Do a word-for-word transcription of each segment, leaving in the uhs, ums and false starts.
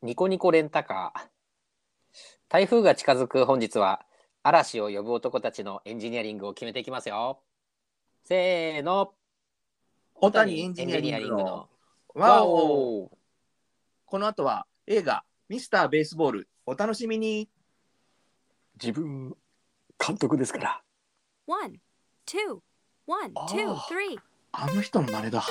ニコニコレンタカー。台風が近づく本日は嵐を呼ぶ男たちのエンジニアリングを決めていきますよ。せーの。 小谷エンジニアリングのワワオオ。この後は映画ミスターベースボールお楽しみに。 自分監督ですから。 One, two, one, two, three. あの人の真似だ。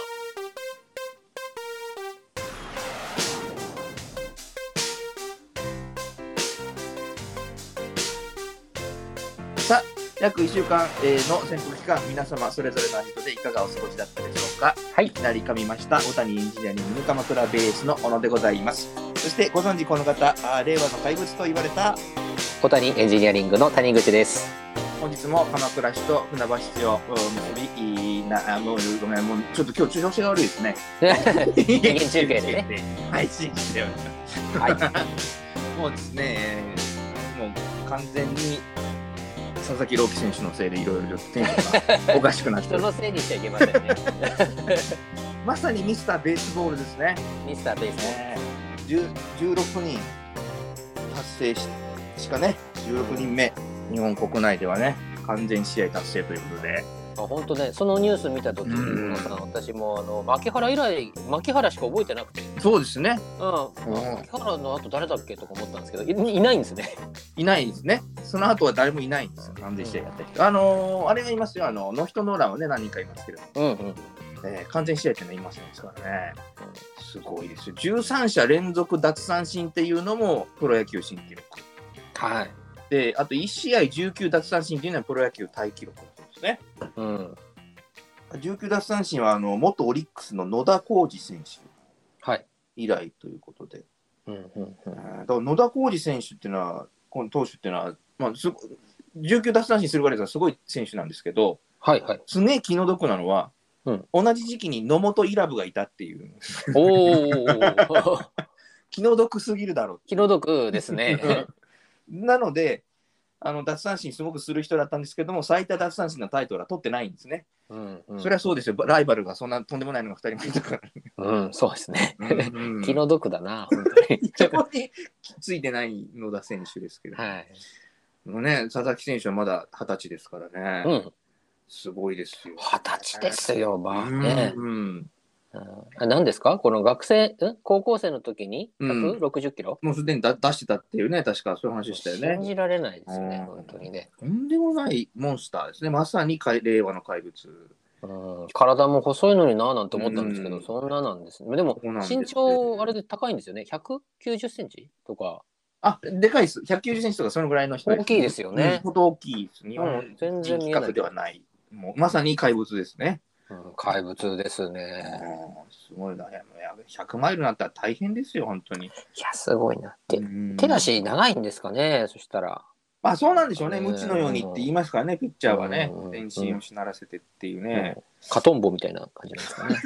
さあ、約いっしゅうかんえーの潜伏期間、皆様それぞれの人でいかがお過ごしだったでしょうか。 はいいきなり噛みました小谷エンジニアリング鎌倉ベースの小野でございます。そしてご存知この方、あー令和の怪物と言われた小谷エンジニアリングの谷口です。 本日も鎌倉市と船橋市を結びいいなあもうごめんもうちょっと今日調子が悪いですね。 人間中継でね。 配信しております。 はい。 もうですね、えーもう完全に佐々木朗希選手のせいでいろいろテンションがおかしくなって人る。 のせいにしちゃいけませんね。 まさにミスターベースボールですね。 ミスターベース。 ねじゅうじゅうろくにん達成 し, しかねじゅうろくにんめ日本国内ではね完全試合達成ということで。 あ、本当ね、そのニュース見た時に、 うんさ私もあの牧原以来牧原しか覚えてなくて、 そうですね。 うん、牧原の後誰だっけとか思ったんですけど、い, いないんですね。 いないですね。その後は誰もいないんですよ。完全試合やってる人。あのー、あれがいますよ。あのノーヒットノーランはね何人かいますけど、 うんうん。 えー、完全試合っていうのはいませんですからね。すごいですよ。じゅうさんしゃ連続奪三振っていうのもプロ野球新記録。 はい。 で、あといち試合じゅうきゅう奪三振っていうのはプロ野球タイ記録なんですね。 うん。 じゅうきゅう奪三振はあの元オリックスの野田浩二選手はい。 以来ということで、 うんうんうん。 えーだから野田浩二選手っていうのは、この投手っていうのは、まあ、すごじゅうきゅう奪三振するぐらいですごい選手なんですけど、 はいはい。 すげえ気の毒なのは、 うん、 同じ時期に野本イラブがいたっていう。 おお。 気の毒すぎるだろう。 気の毒ですね。 なので、あの奪三振すごくする人だったんですけども、最多奪三振のタイトルは取ってないんですね。 うんうん、 それはそうですよ。ライバルがそんなとんでもないのがふたりもいたから、ね。 うん、そうですね。 うんうん、 気の毒だな、本当に。 そこについてない野田選手ですけど、 はい。 もうね、佐々木選手はまだはたちですからね。 うん。 すごいですよ。 はたちですよ、まあね。 うんうんあ、何ですかこの学生、ん高校生の時にひゃくろくじゅっキロ、 もうすでにだ出してたっていうね、確かそういう話したよね。 信じられないですよね、 うん本当にね。 とんでもないモンスターですね。まさに令和の怪物。 うん、体も細いのになぁなんて思ったんですけど、 うんそんななんですね。でもそうなんですよ身長あれで高いんですよね。ひゃくきゅうじゅっセンチとか。 あ、でかいです。ひゃくきゅうじゅっセンチとかそのぐらいの人です、 大きいですよね。 うん、ほど大きいです。日本うん全然人規見えない格ではない。もうまさに怪物ですね。 うん、怪物ですね。 うんすごいな。ひゃくマイルになったら大変ですよ、本当に。 いや、すごいなって。 うん手足長いんですかね、そしたら。 あ、そうなんでしょうね。 うん無知のようにって言いますからね、ピッチャーはねうん。 全身をしならせてっていうね。 うんカトンボみたいな感じなんですかね。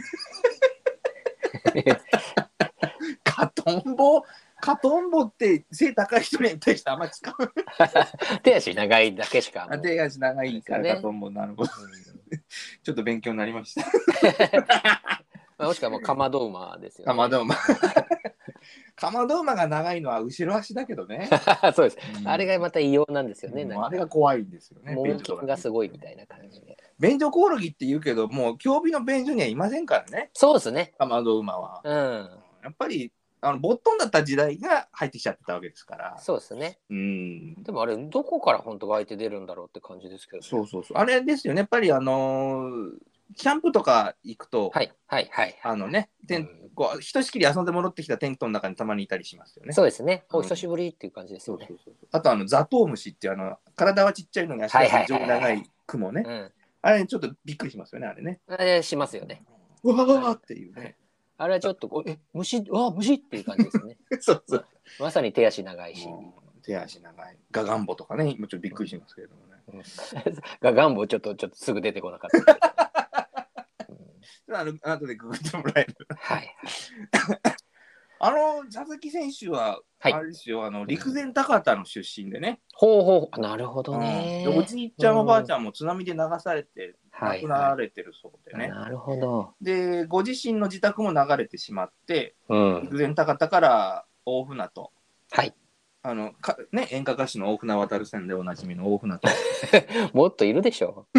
カトンボ、カトンボって背高い人に対してあんま使う。 手足長いだけしかもう。 手足長いからねカトンボ、なるほど。ちょっと勉強になりました。 まあもしくはもうかまど馬ですよね。 かまど馬。かまど馬が長いのは後ろ足だけどね。 そうです、 うんあれがまた異様なんですよね。 もうあれが怖いんですよね。 モンキンがすごい。 ごいみたいな感じで。 便所コオロギって言うけど、もう競技の便所にはいませんからね。 そうですね。 かまど馬は。 うん。 やっぱりあのボットンだった時代が入ってきちゃってたわけですから。 そうですね。 うん。 でもあれどこから本当湧いて出るんだろうって感じですけど、ね、 そうそうそう。あれですよね。やっぱりあのーキャンプとか行くと、 はいはいはい。 あのね、テンうんこうひとしきり遊んで戻ってきたテントの中にたまにいたりしますよね。 そうですね。 うんお久しぶりっていう感じですよね。 そうそうそうそう。あとあのザトウムシっていうあの体はちっちゃいのに足が非常に長い雲ね。 うん。 あれちょっとびっくりしますよね、あれね。 あれしますよね。 うわーっていうね。 あれはちょっとこうえ虫うわ虫っていう感じですよね。 そうそう。 まさに手足長いし。 もう手足長い。ガガンボとかね、もちろんびっくりしますけれどもね。 うんがガンボちょっとちょっとすぐ出てこなかったですけど。 あの後でググってもらえる。 はいはい。 あの佐々木選手は、 はいあれですよ、あの陸前高田の出身でね。 ほうほう、なるほどね。 うんでおじいちゃんおばあちゃんも津波で流されてはい亡くなられてるそうでね。 なるほど。 でご自身の自宅も流れてしまって、 うん。 陸前高田から大船渡、 はいあのかね、演歌歌手の大船渡さんでおなじみの大船渡もっといるでしょ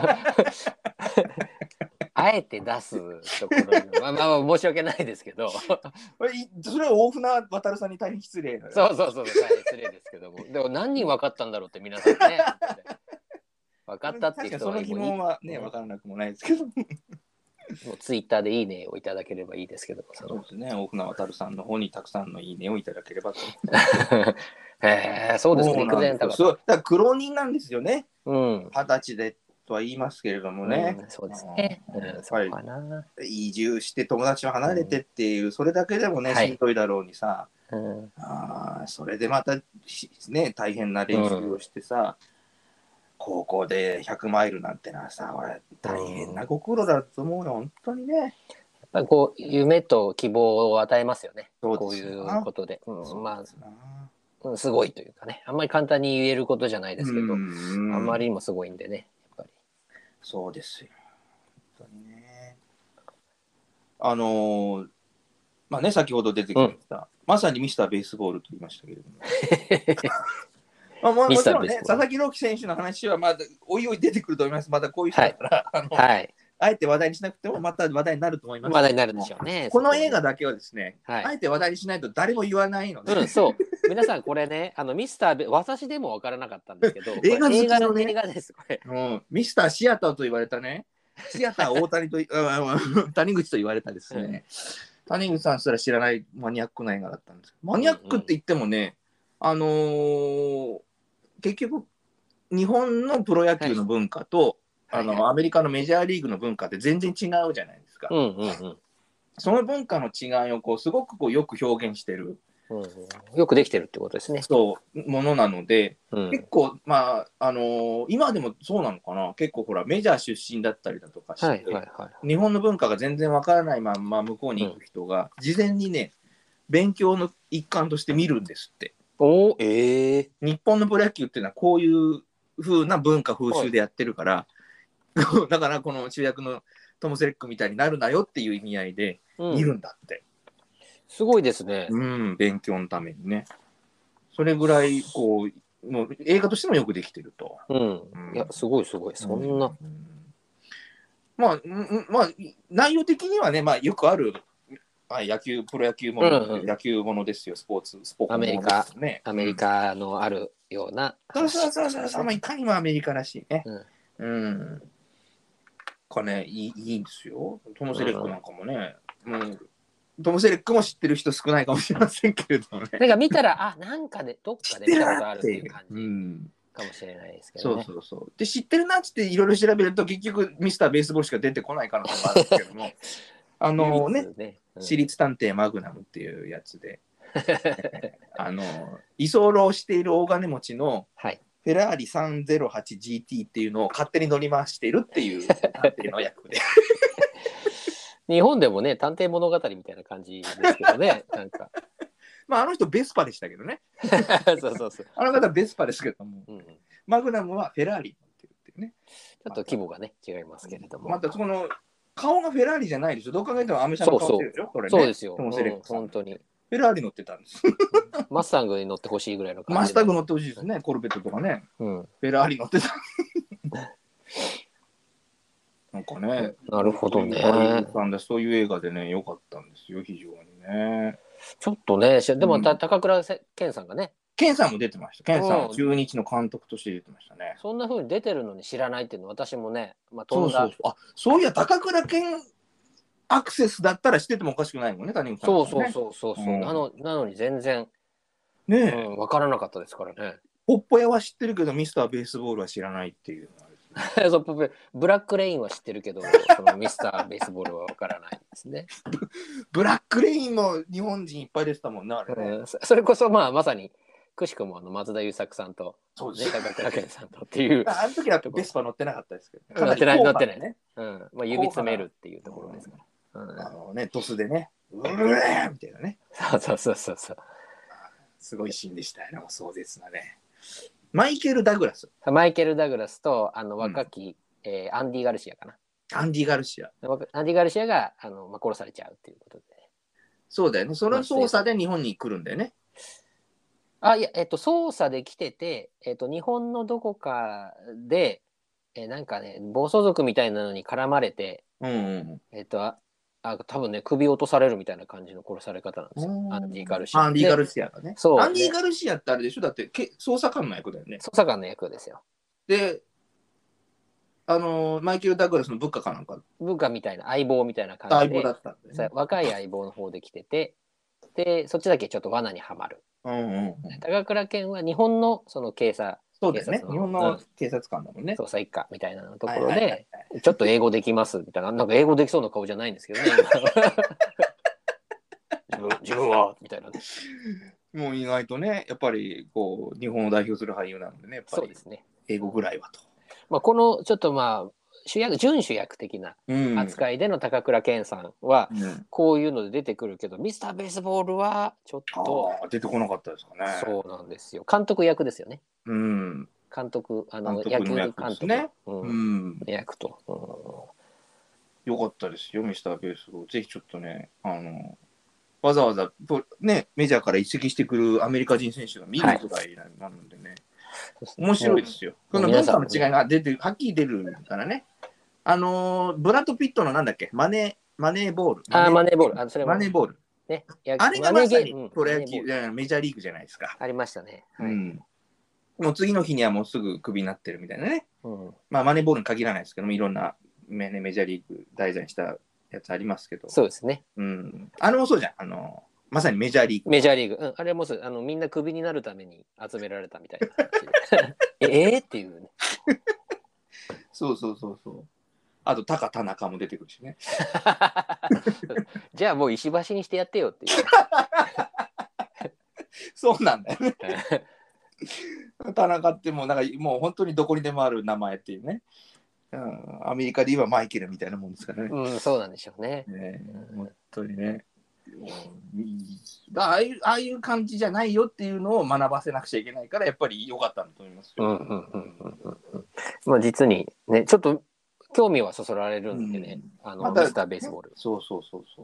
あえて出すところにまあまあまあ申し訳ないですけどこれいそれは大船渡さんに大変失礼なそうそうそう大変失礼ですけどもでも何人分かったんだろうって皆さんね分かったっていう人は確かにその疑問はね分からなくもないですけどもうツイッターでいいねをいただければいいですけどそのそうですね、大船渡さんの方にたくさんのいいねをいただければとへえそうですねそうなんですよ。 陸前高田そうだから苦労人なんですよね、 うん二十歳でとは言いますけれどもね、 うん、そうですね、 うんうん、そやっぱりうかな、 移住して友達を離れてっていう、うん、それだけでもね、 はいしんどいだろうにさ、 うん、 あそれでまたね大変な練習をしてさ、うん、高校でひゃくマイルなんてのはさ、俺大変なご苦労だと思うよ、本当にね。 やっぱりこう夢と希望を与えますよね。 そうこういうことで、うん、まあすごいというかね、あんまり簡単に言えることじゃないですけど、 うんあんまりにもすごいんでね、やっぱり。 そうですよ。本当にね。あのー、まあね、先ほど出てきました、うん、まさにミスターベースボールと言いましたけれども。まあ、も, もちろんね、佐々木朗希選手の話はまだおいおい出てくると思います。またこういう人だから、はい、あの、はい、あえて話題にしなくてもまた話題になると思います。 話題になるでしょうね。 この映画だけはですね、 はい、 あえて話題にしないと誰も言わないので、 うん、そう。皆さんこれね、あのミスター私でも分からなかったんですけど、 映画好きのね、 映画ですこれ、 うん。ミスターシアターと言われたね、シアター大谷と谷口と言われたですね、うん、谷口さんすら知らないマニアックな映画だったんです。マニアックって言ってもね、うんうん、あのー、結局日本のプロ野球の文化と、はい、あの、はいはい、アメリカのメジャーリーグの文化って全然違うじゃないですか。 うんうんうん、 その文化の違いをこうすごくこうよく表現してる、 うんうん、よくできてるってことですね。 そうものなので、うん、結構まああのー、今でもそうなのかな、結構ほらメジャー出身だったりだとかして、はいはいはい、日本の文化が全然わからないまんま向こうに行く人が、うん、事前にね勉強の一環として見るんですって。 おえー、 日本のプロ野球っていうのはこういう風な文化風習でやってるから、はい、だからこの主役のトム・セレックみたいになるなよっていう意味合いで見るんだって、 うん、すごいですね。 うん、勉強のためにね。それぐらいこうもう映画としてもよくできてると。 うん、うん、いやすごいすごいそんな、うん、 まあまあ内容的にはね、まあよくある。はい、野球、プロ野球もの、うんうん、野球ものですよ、スポーツ、スポーツ、 ね、アメリカ、アメリカのあるような、 うん。そうそうそうそう、まあ、いかにもアメリカらしいね。うん。うん、これね、いい、いいんですよ。トム・セレックなんかもね、うん、トム・セレックも知ってる人少ないかもしれませんけれどもね。 なんか見たら、あ、なんかで、どっかで見たことあるっていう感じ。うんかもしれないですけどね。 そうそうそう。で、知ってるなっていろいろ調べると、結局、ミスターベースボールしか出てこない可能性もあるんですけども。あのね、ねうん、私立探偵マグナムっていうやつで、あの居候している大金持ちのフェラーリ さんぜろはちジーティー っていうのを勝手に乗り回しているっていう探偵の役で。 日本でもね、探偵物語みたいな感じですけどね、なんか。 まあ、あの人ベスパでしたけどね。 そうそうそう。 あの方ベスパですけども、うん、マグナムはフェラーリに乗ってるっていうね。 ちょっと規模がね、違いますけれども。 またその顔がフェラーリじゃないでしょ。どう考えてもアメ車の顔してるでしょ。 そうそう、ね、そうですよ。うん、本当に。 フェラーリ乗ってたんです。 マスタングに乗ってほしいぐらいの感じ。 マスタング乗ってほしいですね。コルベットとかね。うん、フェラーリ乗ってた。なんかね。 なるほどね。 そういう映画でね、良かったんですよ、非常にね。 ちょっとね、でも、うん、高倉健さんがね。 健さんも出てました。健さんは中日の監督として出てましたね。 そんな風に出てるのに知らないっていうのは私もね、まあ、 飛んだ。そうそうそう。あ、そういや高倉健アクセスだったら知っててもおかしくないもんね、谷口さん、ね。そうそうそうそうそう、うん、なの。なのに全然ねえ、 うん、分からなかったですからね。 ポッポ屋は知ってるけどミスターベースボールは知らないっていうのはですね。 そうブラックレインは知ってるけどそのミスターベースボールは分からないですね。 ブラックレインも日本人いっぱいでしたもんね、あれね。 うん、それこそまあまさにくしくもあの松田優作さんと、 そうね、高倉健さんとっていう。 あの時はベスパ乗ってなかったですけど、 乗ってない乗ってないね。うん、まあ指詰めるっていうところですから。 うん、あのねトスでね、うるーみたいなね。 そうそうそうそうそう。 すごいシーンでしたよね、壮絶なね。マイケル・ダグラス。 マイケル・ダグラスとあの若き、うん、えー、アンディ・ガルシアかな。 アンディ・ガルシア。 アンディ・ガルシアがあの、まあ、殺されちゃうっていうことで。 そうだよね。その捜査で日本に来るんだよね。 あ、いや、えっと、捜査で来てて、えっと、日本のどこかで、えーなんかね、暴走族みたいなのに絡まれて、 うんうんえっと、あ、あ多分ね、首落とされるみたいな感じの殺され方なんですよ。アンディ・ガルシア。 アンディ・ガでルシアがね。 そうアンディ・でガルシアってあれでしょだってけ捜査官の役だよね。 捜査官の役ですよ。 で、あのーマイケル・ダグラスの部下かなんか、 部下みたいな、相棒みたいな感じで相棒だ、ったんだよさね。 若い相棒の方で来てて、で、そっちだけちょっと罠にはまる。 うんうんうん。 高倉健は日本のその警察、 そうだよね。 警察の日本の警察官だもんね。 捜査一課みたいなところはいはいはいで、ちょっと英語できますみたいな、なんか英語できそうな顔じゃないんですけどね、自分自分はみたいな。 もう意外とね、やっぱりこう日本を代表する俳優なのでね、やっぱりそうですね。 英語ぐらいはと。 まあ、このちょっとまあ、主役、準主役的なうん扱いでの高倉健さんは、 うん、 こういうので出てくるけど、ミスターベースボールはちょっと、 ああ、出てこなかったですかね。 そうなんですよ。監督役ですよね。 うん。 監督、あの、 監野球督の役監督ですね。 う、 うんん。 役と。うんよかったですよ、ミスターベースボール。ぜひちょっとね、あの、わざわざ、ね、メジャーから移籍してくるアメリカ人選手が見るぐらいなのでね、面白いですよ。この文化の違いが出て、はっきり出るからね。あのー、ブラッド・ピットのなんだっけ、マネー、マネーボール。 あー、マネーボール。あ、それもマネーボール。 ね、 あれがまさにうんプロ野球、 マネーボールメジャーリーグじゃないですか。 ありましたね。はい。 うん。もう次の日にはもうすぐクビになってるみたいなね。 うん、 まあ、マネーボールに限らないですけども、いろんなメメジャーリーグ題材にしたやつありますけど。 そうですね。 うん。あれもそうじゃん。あの、まさにメジャーリーグ。 メジャーリーグ。うん、あれもそう、あの、みんなクビになるために集められたみたいな感じで。ええっていうね。 そうそうそうそう。あと、タカ・田中も出てくるしね。 じゃあもう石橋にしてやってよっていう。 そうなんだよね。田中ってもう、なんかもう本当にどこにでもある名前っていうね。うん、アメリカで言えばマイケルみたいなもんですからね。 うん、そうなんでしょうね。 ね本当にね。ああいうああいう感じじゃないよっていうのを学ばせなくちゃいけないからやっぱり良かったんだと思いますよ。 うんうんうんうんうんうん。まあ実にね、ちょっと興味はそそられるんでね、 うんあの、 またミスターベースボール。 そうそうそうそう。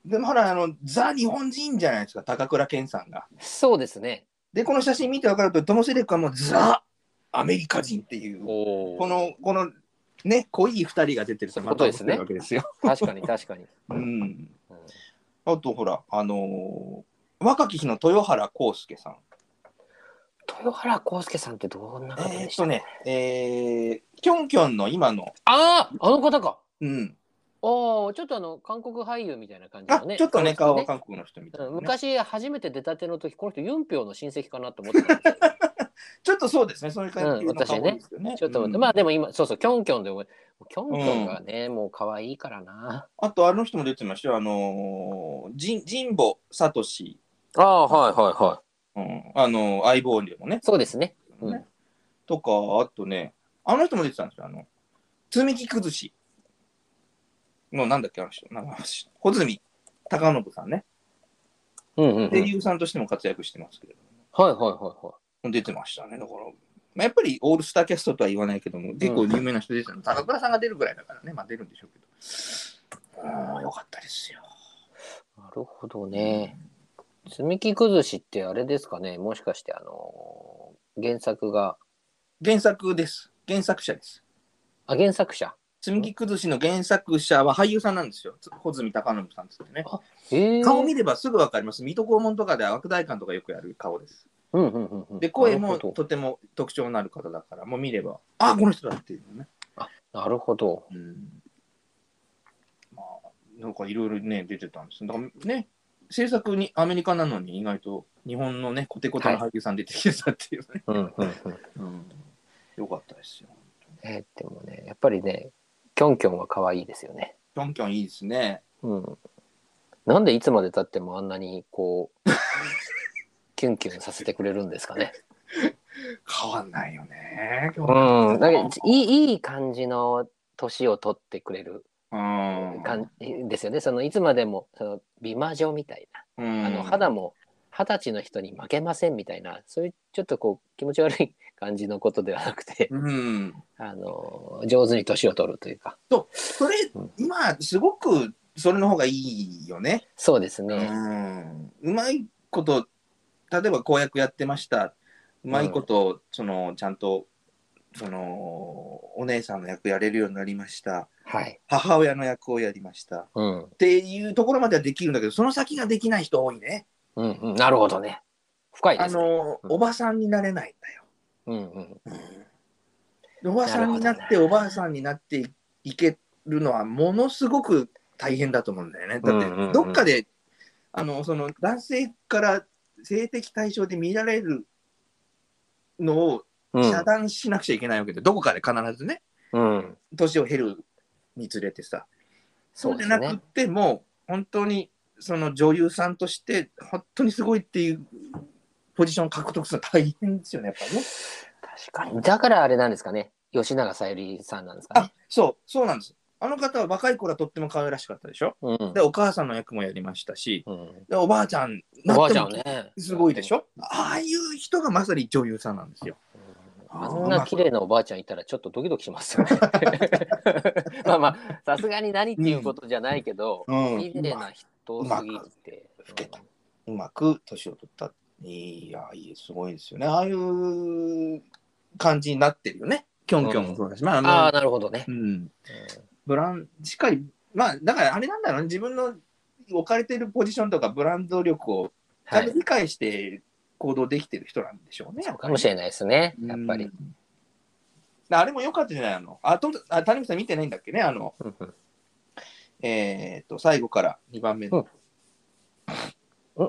でもほらあのザ日本人じゃないですか高倉健さんが。 そうですね。 でこの写真見て分かるとトモセレクはもうザアメリカ人っていうおこのこのね濃い二人が出てるとまた面白いわけですよ。 確かに確かに。 うん。 うんあとほらあのー、若き日の豊原康介さん。 豊原康介さんってどんな方でしたえーっとね、えー、キョンキョンの今の、 ああ、あの方か。 うん。 おお、ちょっとあの韓国俳優みたいな感じあのね。 ちょっとね、顔はね韓国の人みたいな、ねうん昔初めて出たての時、この人ユンピョウの親戚かなと思ってたんですよ。 ちょっとそうですね、そういう感じの顔ですよね。 ちょっと待って、 うんまあでも今、そうそう、キョンキョンでも、キョンキョンがね、もう可愛いからな。 あと、あの人も出てましたよ、あのー、ジン神保聡、 ああ、はいはいはい。 うん、あのー、相棒でもね。 そうですね。うんねとか、あとね、あの人も出てたんですよ、あの、積み木崩しの、なんだっけ、あの人、なんか穂積貴信さんね。 うんうんうん。 声優さんとしても活躍してますけれどはいはいはいはい。 出てましたね。だから、まあ、やっぱりオールスターキャストとは言わないけども、結構有名な人ですよね。高倉さんが出るぐらいだからね、まあ出るんでしょうけど。ああ、よかったですよ。 なるほどね。積み木崩しってあれですかね、もしかしてあのー原作が、 原作です。原作者です。 あ、原作者。 積み木崩しの原作者は俳優さんなんですよ。穂積貴信さんつってね。 へえ。 顔見ればすぐわかります。水戸黄門とかで悪代官とかよくやる顔です。 うんうんうんうん。 で、声もなるほどとても特徴のある方だから、もう見れば、あ、この人だっていうのね。 なるほど。 うん。まあ、なんかいろいろね、出てたんです。だからね、制作にアメリカなのに意外と日本のね、コテコテの俳優さん出てきてたっていうね。 うんうんうん。 うん。よかったですよ。 えーでもね、やっぱりね、キョンキョンは可愛いですよね。 キョンキョンいいですね。 うん。なんでいつまで経ってもあんなにこう、キュンキュンさせてくれるんですかね。 変わんないよね。 うん。だけどいい、いい感じの年を取ってくれるうん。 感じですよね。そのいつまでもその美魔女みたいな、 うんあの肌も二十歳の人に負けませんみたいな、そういうちょっとこう気持ち悪い感じのことではなくて、 うん。 あの上手に年を取るというか。 そう、それ、 うん今、すごくそれの方がいいよね。 そうですうね。 ん。うまいこと、例えば公約やってました。うまいこと、その、ちゃんと、その、お姉さんの役やれるようになりました。 はい。 母親の役をやりました。 うん。 っていうところまではできるんだけど、その先ができない人多いね。 うんうん。なるほどね。深いであすね。 の、 うんおばさんになれないんだよ。 うんうん。 でおばさんになって、 なるほどねおばあさんになっていけるのは、ものすごく大変だと思うんだよね。だってうんうんうん、 どっかで、あの、その男性から性的対象で見られるのを遮断しなくちゃいけないわけで、どこかで必ずね、 うん。 年を経るにつれてさ。そうじゃなくっそうですね。 ても、本当にその女優さんとして、本当にすごいっていうポジションを獲得するのは大変ですよね、やっぱりね。 確かに。だからあれなんですかね。吉永小百合さんなんですかね。 あ、そう、そうなんです。あの方は若い頃はとっても可愛らしかったでしょ。 うん。 で、お母さんの役もやりましたし、 うん、 でおばあちゃんおばあちゃなってもんね。 すごいでしょ。ああいう人がまさに女優さんなんですよ。 あんな綺麗なおばあちゃんいたらちょっとドキドキしますよね。まあまあ、さすがに何っていうことじゃないけど、 うん綺麗な人すぎて。 老けた。うまく年を取った。いや、いい、すごいですよね。ああいう感じになってるよね。キョンキョンもそうだし、まあ、あの、 ああ、なるほどね。 うん。ブラン、しっかり、まあ、だからあれなんだろうね。自分の置かれているポジションとかブランド力をちゃんと理解して行動できてる人なんでしょうね。 そうかもしれないですね。やっぱり。 あれも良かったじゃないの。あ、とあ谷口さん見てないんだっけね。あの、 うんうん、 えっと、最後からにばんめの。 うん、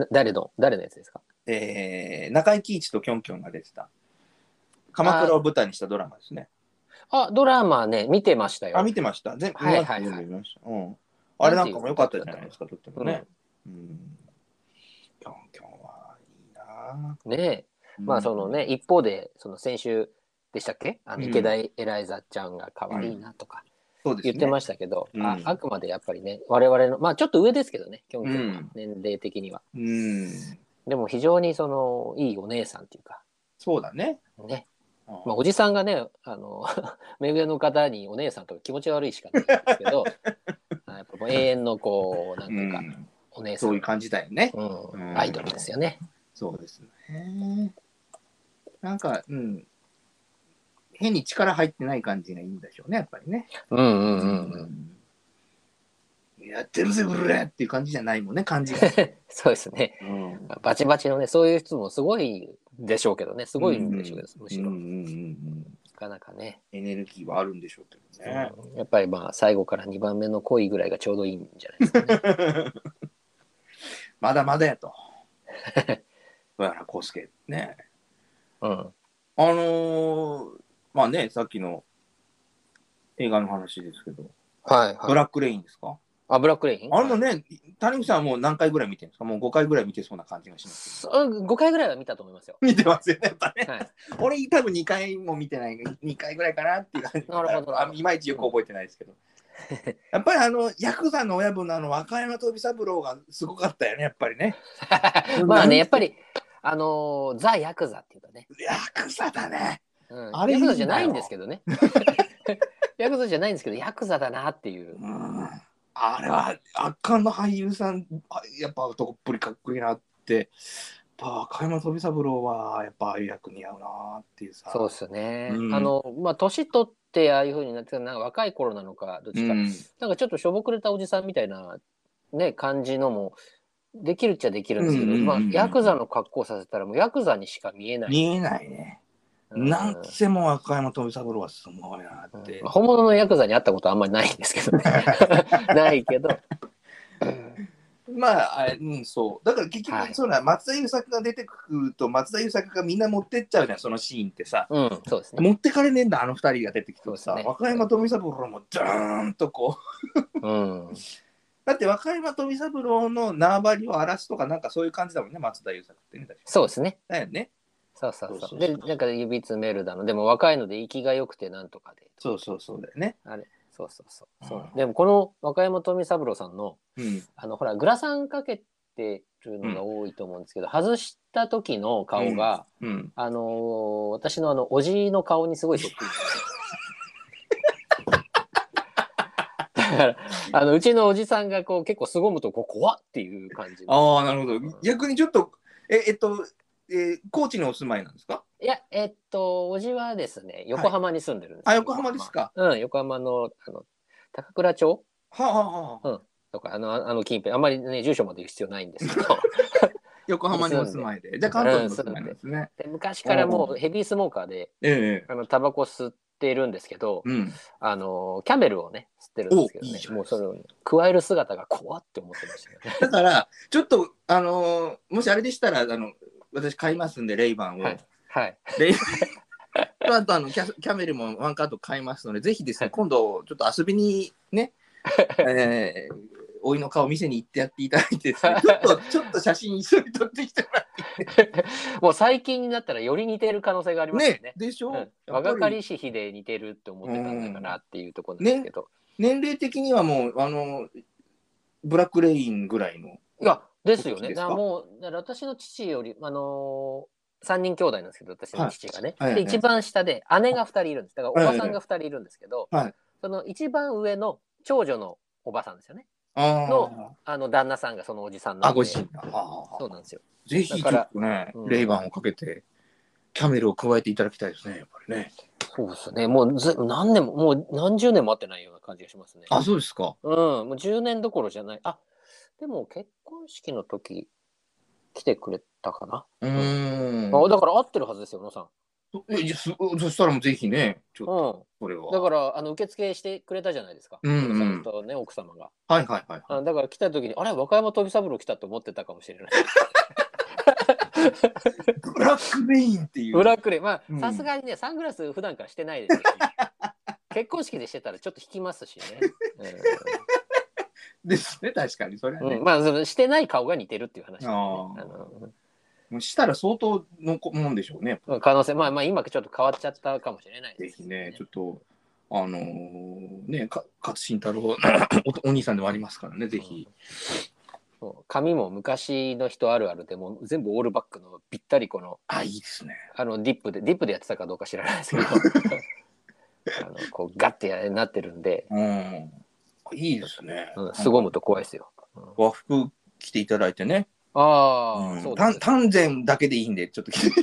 誰の、誰のやつですか？ えー、中井貴一とキョンキョンが出てた。鎌倉を舞台にしたドラマですね。 あ、ドラマね、見てましたよ。 あ、見てました。全部、 はいはいはい、 見ました。うん。あれなんかも良かったじゃないですか、とってもね。うん。キョンキョンはいいなぁ。ねえ。まあそのね、一方で、その先週でしたっけ、あの池田エライザちゃんが可愛いなとか言ってましたけど、あ、あくまでやっぱりね、我々の、まあちょっと上ですけどね、キョンキョンは、年齢的には。うん。でも非常にその、いいお姉さんっていうか。 そうだね。 ね。まあ、おじさんがね、あの、目上の方にお姉さんとか気持ち悪いしかないんですけど、やっぱもう永遠のこう、なんていうか、うん、お姉さん。 そういう感じだよね。 うん。アイドルですよね。 そうですね。なんか、うん。変に力入ってない感じがいいんでしょうね、やっぱりね。 うんうんうんうん。 やってるぜ、うれっていう感じじゃないもんね、感じが。 そうですね、うん。バチバチのね、そういう人もすごいでしょうけどね、すごいんでしょうけど、むしろ。うんうんうん、なかなかね。 エネルギーはあるんでしょうけどね。 うん、やっぱりまあ、最後からにばんめの恋ぐらいがちょうどいいんじゃないですかね。 まだまだやと。小原康介ね。うん。あのー、まあね、さっきの映画の話ですけど、 はいはい、 ブラックレインですか？ あ、ブラックレイン、 あのね、はい、谷口さんはもう何回ぐらい見てるんですか？もうごかいぐらい見てそうな感じがします。 ごかいぐらいは見たと思いますよ。 見てますよね、やっぱね。はい、俺多分にかいも見てない、にかいぐらいかなっていう感じ。なるほど。あ、いまいちよく覚えてないですけど。やっぱりあの、ヤクザの親分のあの、和歌山飛三郎がすごかったよね、やっぱりね。 まあね、やっぱり、あのー、ザ・ヤクザっていうかね。 ヤクザだね。 うん、あれヤクザじゃないんですけどね。ヤクザじゃないんですけど、ヤクザだなっていう。うん、 あれは圧巻の俳優さん、やっぱ男っぷりかっこいいなって。和歌山飛三郎はやっぱああいう役似合うなっていうさ。 そうっすね。うん、あの、まあ、年取ってああいう風になって、なんか若い頃なのか、どっちか、うん、なんかちょっとしょぼくれたおじさんみたいな、ね、感じのも、できるっちゃできるんですけど、まあ、ヤクザの格好させたらもうヤクザにしか見えない。 見えないね。うん、なんせも和歌山飛三郎はすごいなって、 うん。本物のヤクザに会ったことはあんまりないんですけどね。ないけど。 まあ、あれ、うん、そう。だから結局、はい、そうな、松田優作が出てくると、松田優作がみんな持ってっちゃうじゃん、そのシーンってさ。 うん、そうですね。 持ってかれねえんだ、あの二人が出てきてさ、ね、和歌山富三郎もドーンとこう。うん。だって和歌山富三郎の縄張りを荒らすとか、なんかそういう感じだもんね、松田優作ってね。 そうですね。 だよね。 そうそうそう。で、なんか指詰めるだの、でも若いので息が良くてなんとかで。 そうそうそうだよね。 あれ。そうそうそう。そう、でもこの和歌山富三郎さんの、うん、あのほらグラサンかけてるのが多いと思うんですけど、うん、外した時の顔が、うんうん、あのー、私のあのおじの顔にすごいそっくりからあのうちのおじさんがこう結構凄むとこう怖っていう感じ。 ああ、なるほど。逆にちょっと、え、えっと、えー、高知にお住まいなんですか？ いや、えっと、おじはですね、横浜に住んでるんです、 はい、あ、横浜ですか。 うん、横浜の、あの、高倉町、 はあ、はあ、 うん、とか、あの、あの近辺、あんまりね、住所まで言う必要ないんですけど、 横浜にお住まいで。じゃあ関東にお住まいなんですね。 で昔からもうヘビースモーカーで、 ええ、 あのタバコ吸ってるんですけど、 うん、 あのキャメルをね吸ってるんですけどね、いいもうそれを加える姿が怖って思ってましたよね。 だからちょっとあのー、もしあれでしたらあの私買いますんでレイバンを。はい。はい、レイとあとあのキャキャメルもワンカード買いますのでぜひですね今度ちょっと遊びにね、えー、おいの顔見せに行ってやっていただいてですねちょっとちょっと写真一緒に撮ってきてもらってもう最近になったらより似てる可能性がありますよね。ねでしょ、うん、 若かりし日で似てるって思ってたんだからっていうところなんですけど、 ね、年齢的にはもうあのブラックレインぐらいの。 いやですよね。だもう私の父よりあのー、さんにん兄弟なんですけど私の父がね、はい、で一番下で姉がふたりいるんです。だからおばさんがふたりいるんですけど、はい、その一番上の長女のおばさんですよね。のあの旦那さんがそのおじさんなんで。あ、ご自身だ。そうなんですよ。 ぜひちょっとね、うん、レイバンをかけてキャメルを加えていただきたいですね、やっぱりね。 そうですね。もうず何年ももう何十年も会ってないような感じがしますね。 あ、そうですか。 うん、もうじゅうねんどころじゃない。あ、でも結婚式の時来てくれたかな。うん。あ、だから合ってるはずですよ、野さん。 え、そ, そしたらもうぜひね、ちょっと、これは。 だからあの受付してくれたじゃないですか。うん、うん、さんとね奥様が。 はいはいはい、 はい。だから来た時にあれ和歌山飛三郎来たと思ってたかもしれない。 ブラックレインっていう。 ブラックレイン、まあさすがにねサングラス普段からしてないですよ、ね。結婚式でしてたらちょっと引きますしね。 うん、ですね確かにそれはね。 うん、まあそのしてない顔が似てるっていう話、ね。あのもうしたら相当のもんでしょうね。 可能性、まあまあ今ちょっと変わっちゃったかもしれないです、ね。ぜひね、ちょっと、あのー、ね、か勝新太郎お、お兄さんでもありますからね、ぜひ。 うん、髪も昔の人あるあるでも全部オールバックのぴったりこの、 あ、いいですね。 あのディップで、ディップでやってたかどうか知らないですけど、あのこうガッてなってるんで。 うん。いいですね。 うん、凄むと怖いですよ。 うん、和服着ていただいてね。 ああ、 うん、そうです。丹前だけでいいんで、ちょっと着て。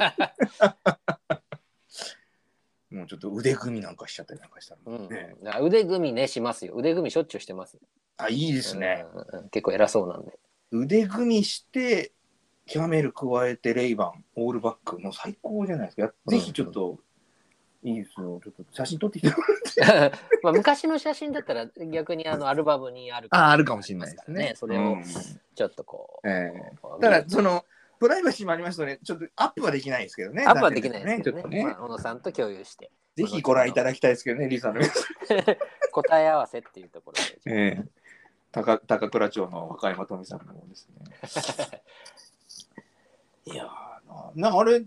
もうちょっと腕組みなんかしちゃったりなんかしたら、ね。 うん、腕組みねしますよ。腕組みしょっちゅうしてます。 あ、いいですね。 うん、結構偉そうなんで。 腕組みしてキャメル加えてレイバンオールバックもう最高じゃないですか。ぜひちょっと、うん、いいですよ。ちょっと写真撮ってきてもらって。 まあ昔の写真だったら逆にあのアルバムにあるかも、あ、あるかもしれないですね。 それをちょっとこう。うん、 えー、ただそのプライバシーもありますのでちょっとアップはできないですけどね。 アップはできないですけどね。ね、まあ、小野さんと共有して。 ぜひご覧いただきたいですけどね、リサの答え合わせっていうところで。 えー、高, 高倉町の若山富さんの方ですね。いやーな、なあれ、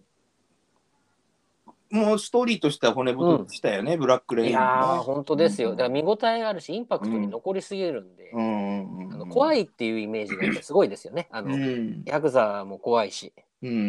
もうストーリーとしては骨太でしたよね、うん、ブラックレイン、ね。 いやー、本当ですよ。だから見応えがあるし、インパクトに残りすぎるんで、怖いっていうイメージがやっぱりすごいですよね。あの、うん、ヤクザも怖いし。うん、うん、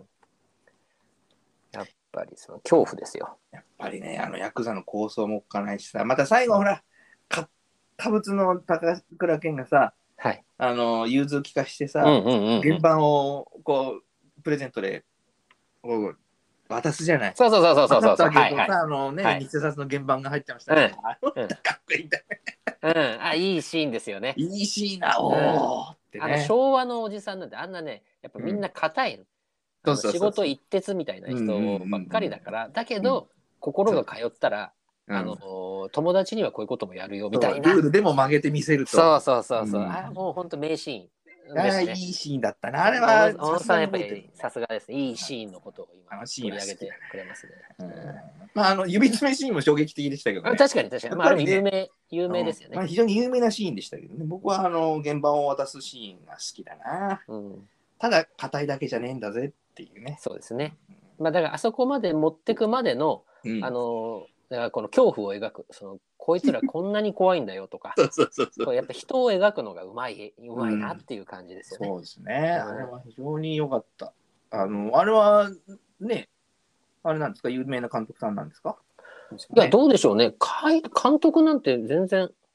やっぱりその恐怖ですよ。 やっぱりね、あのヤクザの構想もおっかないしさ、また最後ほら、か怪物の高倉健がさ、はい、あの融通聞かしてさ、原版をこうプレゼントでこう渡すじゃない。 そうそうそうそうそうそう。 はいはい。あのね、偽札の原版が入ってましたね。かっこいいんだね。 うん、あ、いいシーンですよね。 いいシーンだ、おおってね。 あの昭和のおじさんなんてあんなね、やっぱみんな硬いの。仕事一徹みたいな人ばっかりだから、だけど心が通ったら。あの、うん、友達にはこういうこともやるよみたいなルールでも曲げてみせると。 そうそうそうそう、うん、あもう本当名シーンですね。あいいシーンだったなあれは。 小野さんやっぱりさすがですね。いいシーンのことを今取り上げてくれますね。 うん、まああの指詰めシーンも衝撃的でしたけどね。 確かに確かに。まああれも有名有名ですよね。 まあ非常に有名なシーンでしたけどね。僕はあの現場を渡すシーンが好きだな。うん、ただ硬いだけじゃねえんだぜっていうね。 そうですね。まあだからあそこまで持ってくまでの、うん、あの。だからこの恐怖を描くそのこいつらこんなに怖いんだよとかそうそうそうそうやっぱ人を描くのがうまいうまいなっていう感じですよね、 うん、そうですね、うん、あれは非常に良かった。あのあれはねあれなんですか有名な監督さんなんですか？ いやどうでしょうね監督なんて全然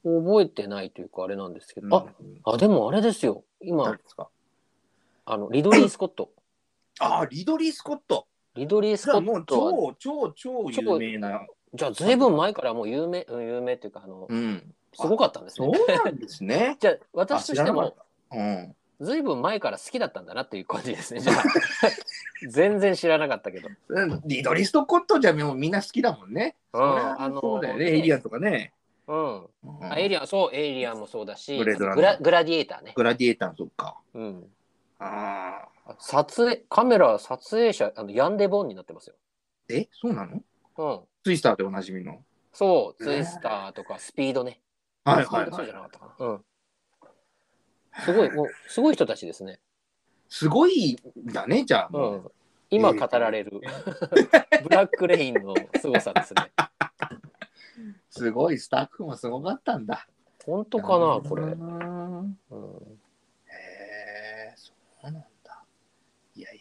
覚えてないというかあれなんですけど、うん、ああでもあれですよ今誰ですか？ あのリドリー・スコットああリドリー・スコットリドリー・スコットもう超超超有名なじゃあずいぶん前からもう有名有名っていうかあの、うん、すごかったんですね。 そうなんですね。 じゃあ私としてもうんずいぶん前から好きだったんだなっていう感じですね。じゃあ全然知らなかったけど。 リドリー・スコットじゃもうみんな好きだもんね。 うん、あのそうだよね。エイリアンとかね。 うん。うん、あエイリアンそうエイリアンもそうだし、 グレードラングラグラディエーターね。 グラディエーターそっか。 うん。 ああ。撮影カメラ撮影者あのヤンデボンになってますよ。 えそうなの？ うん。 ツイスターでおなじみの。 そうツイスターとかスピードね。 はいはいはい。 そうじゃなかったかな。うん。すごいもうすごい人たちですね。 すごいだねじゃあもう、うん、 今語られる、えー、ブラックレインの凄さですね。 すごいスタッフもすごかったんだ。 本当かなこれ。うん、 へえそうなんだ。いやいやい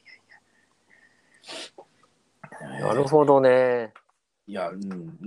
やいやいや。なるほどね。 いや、うん、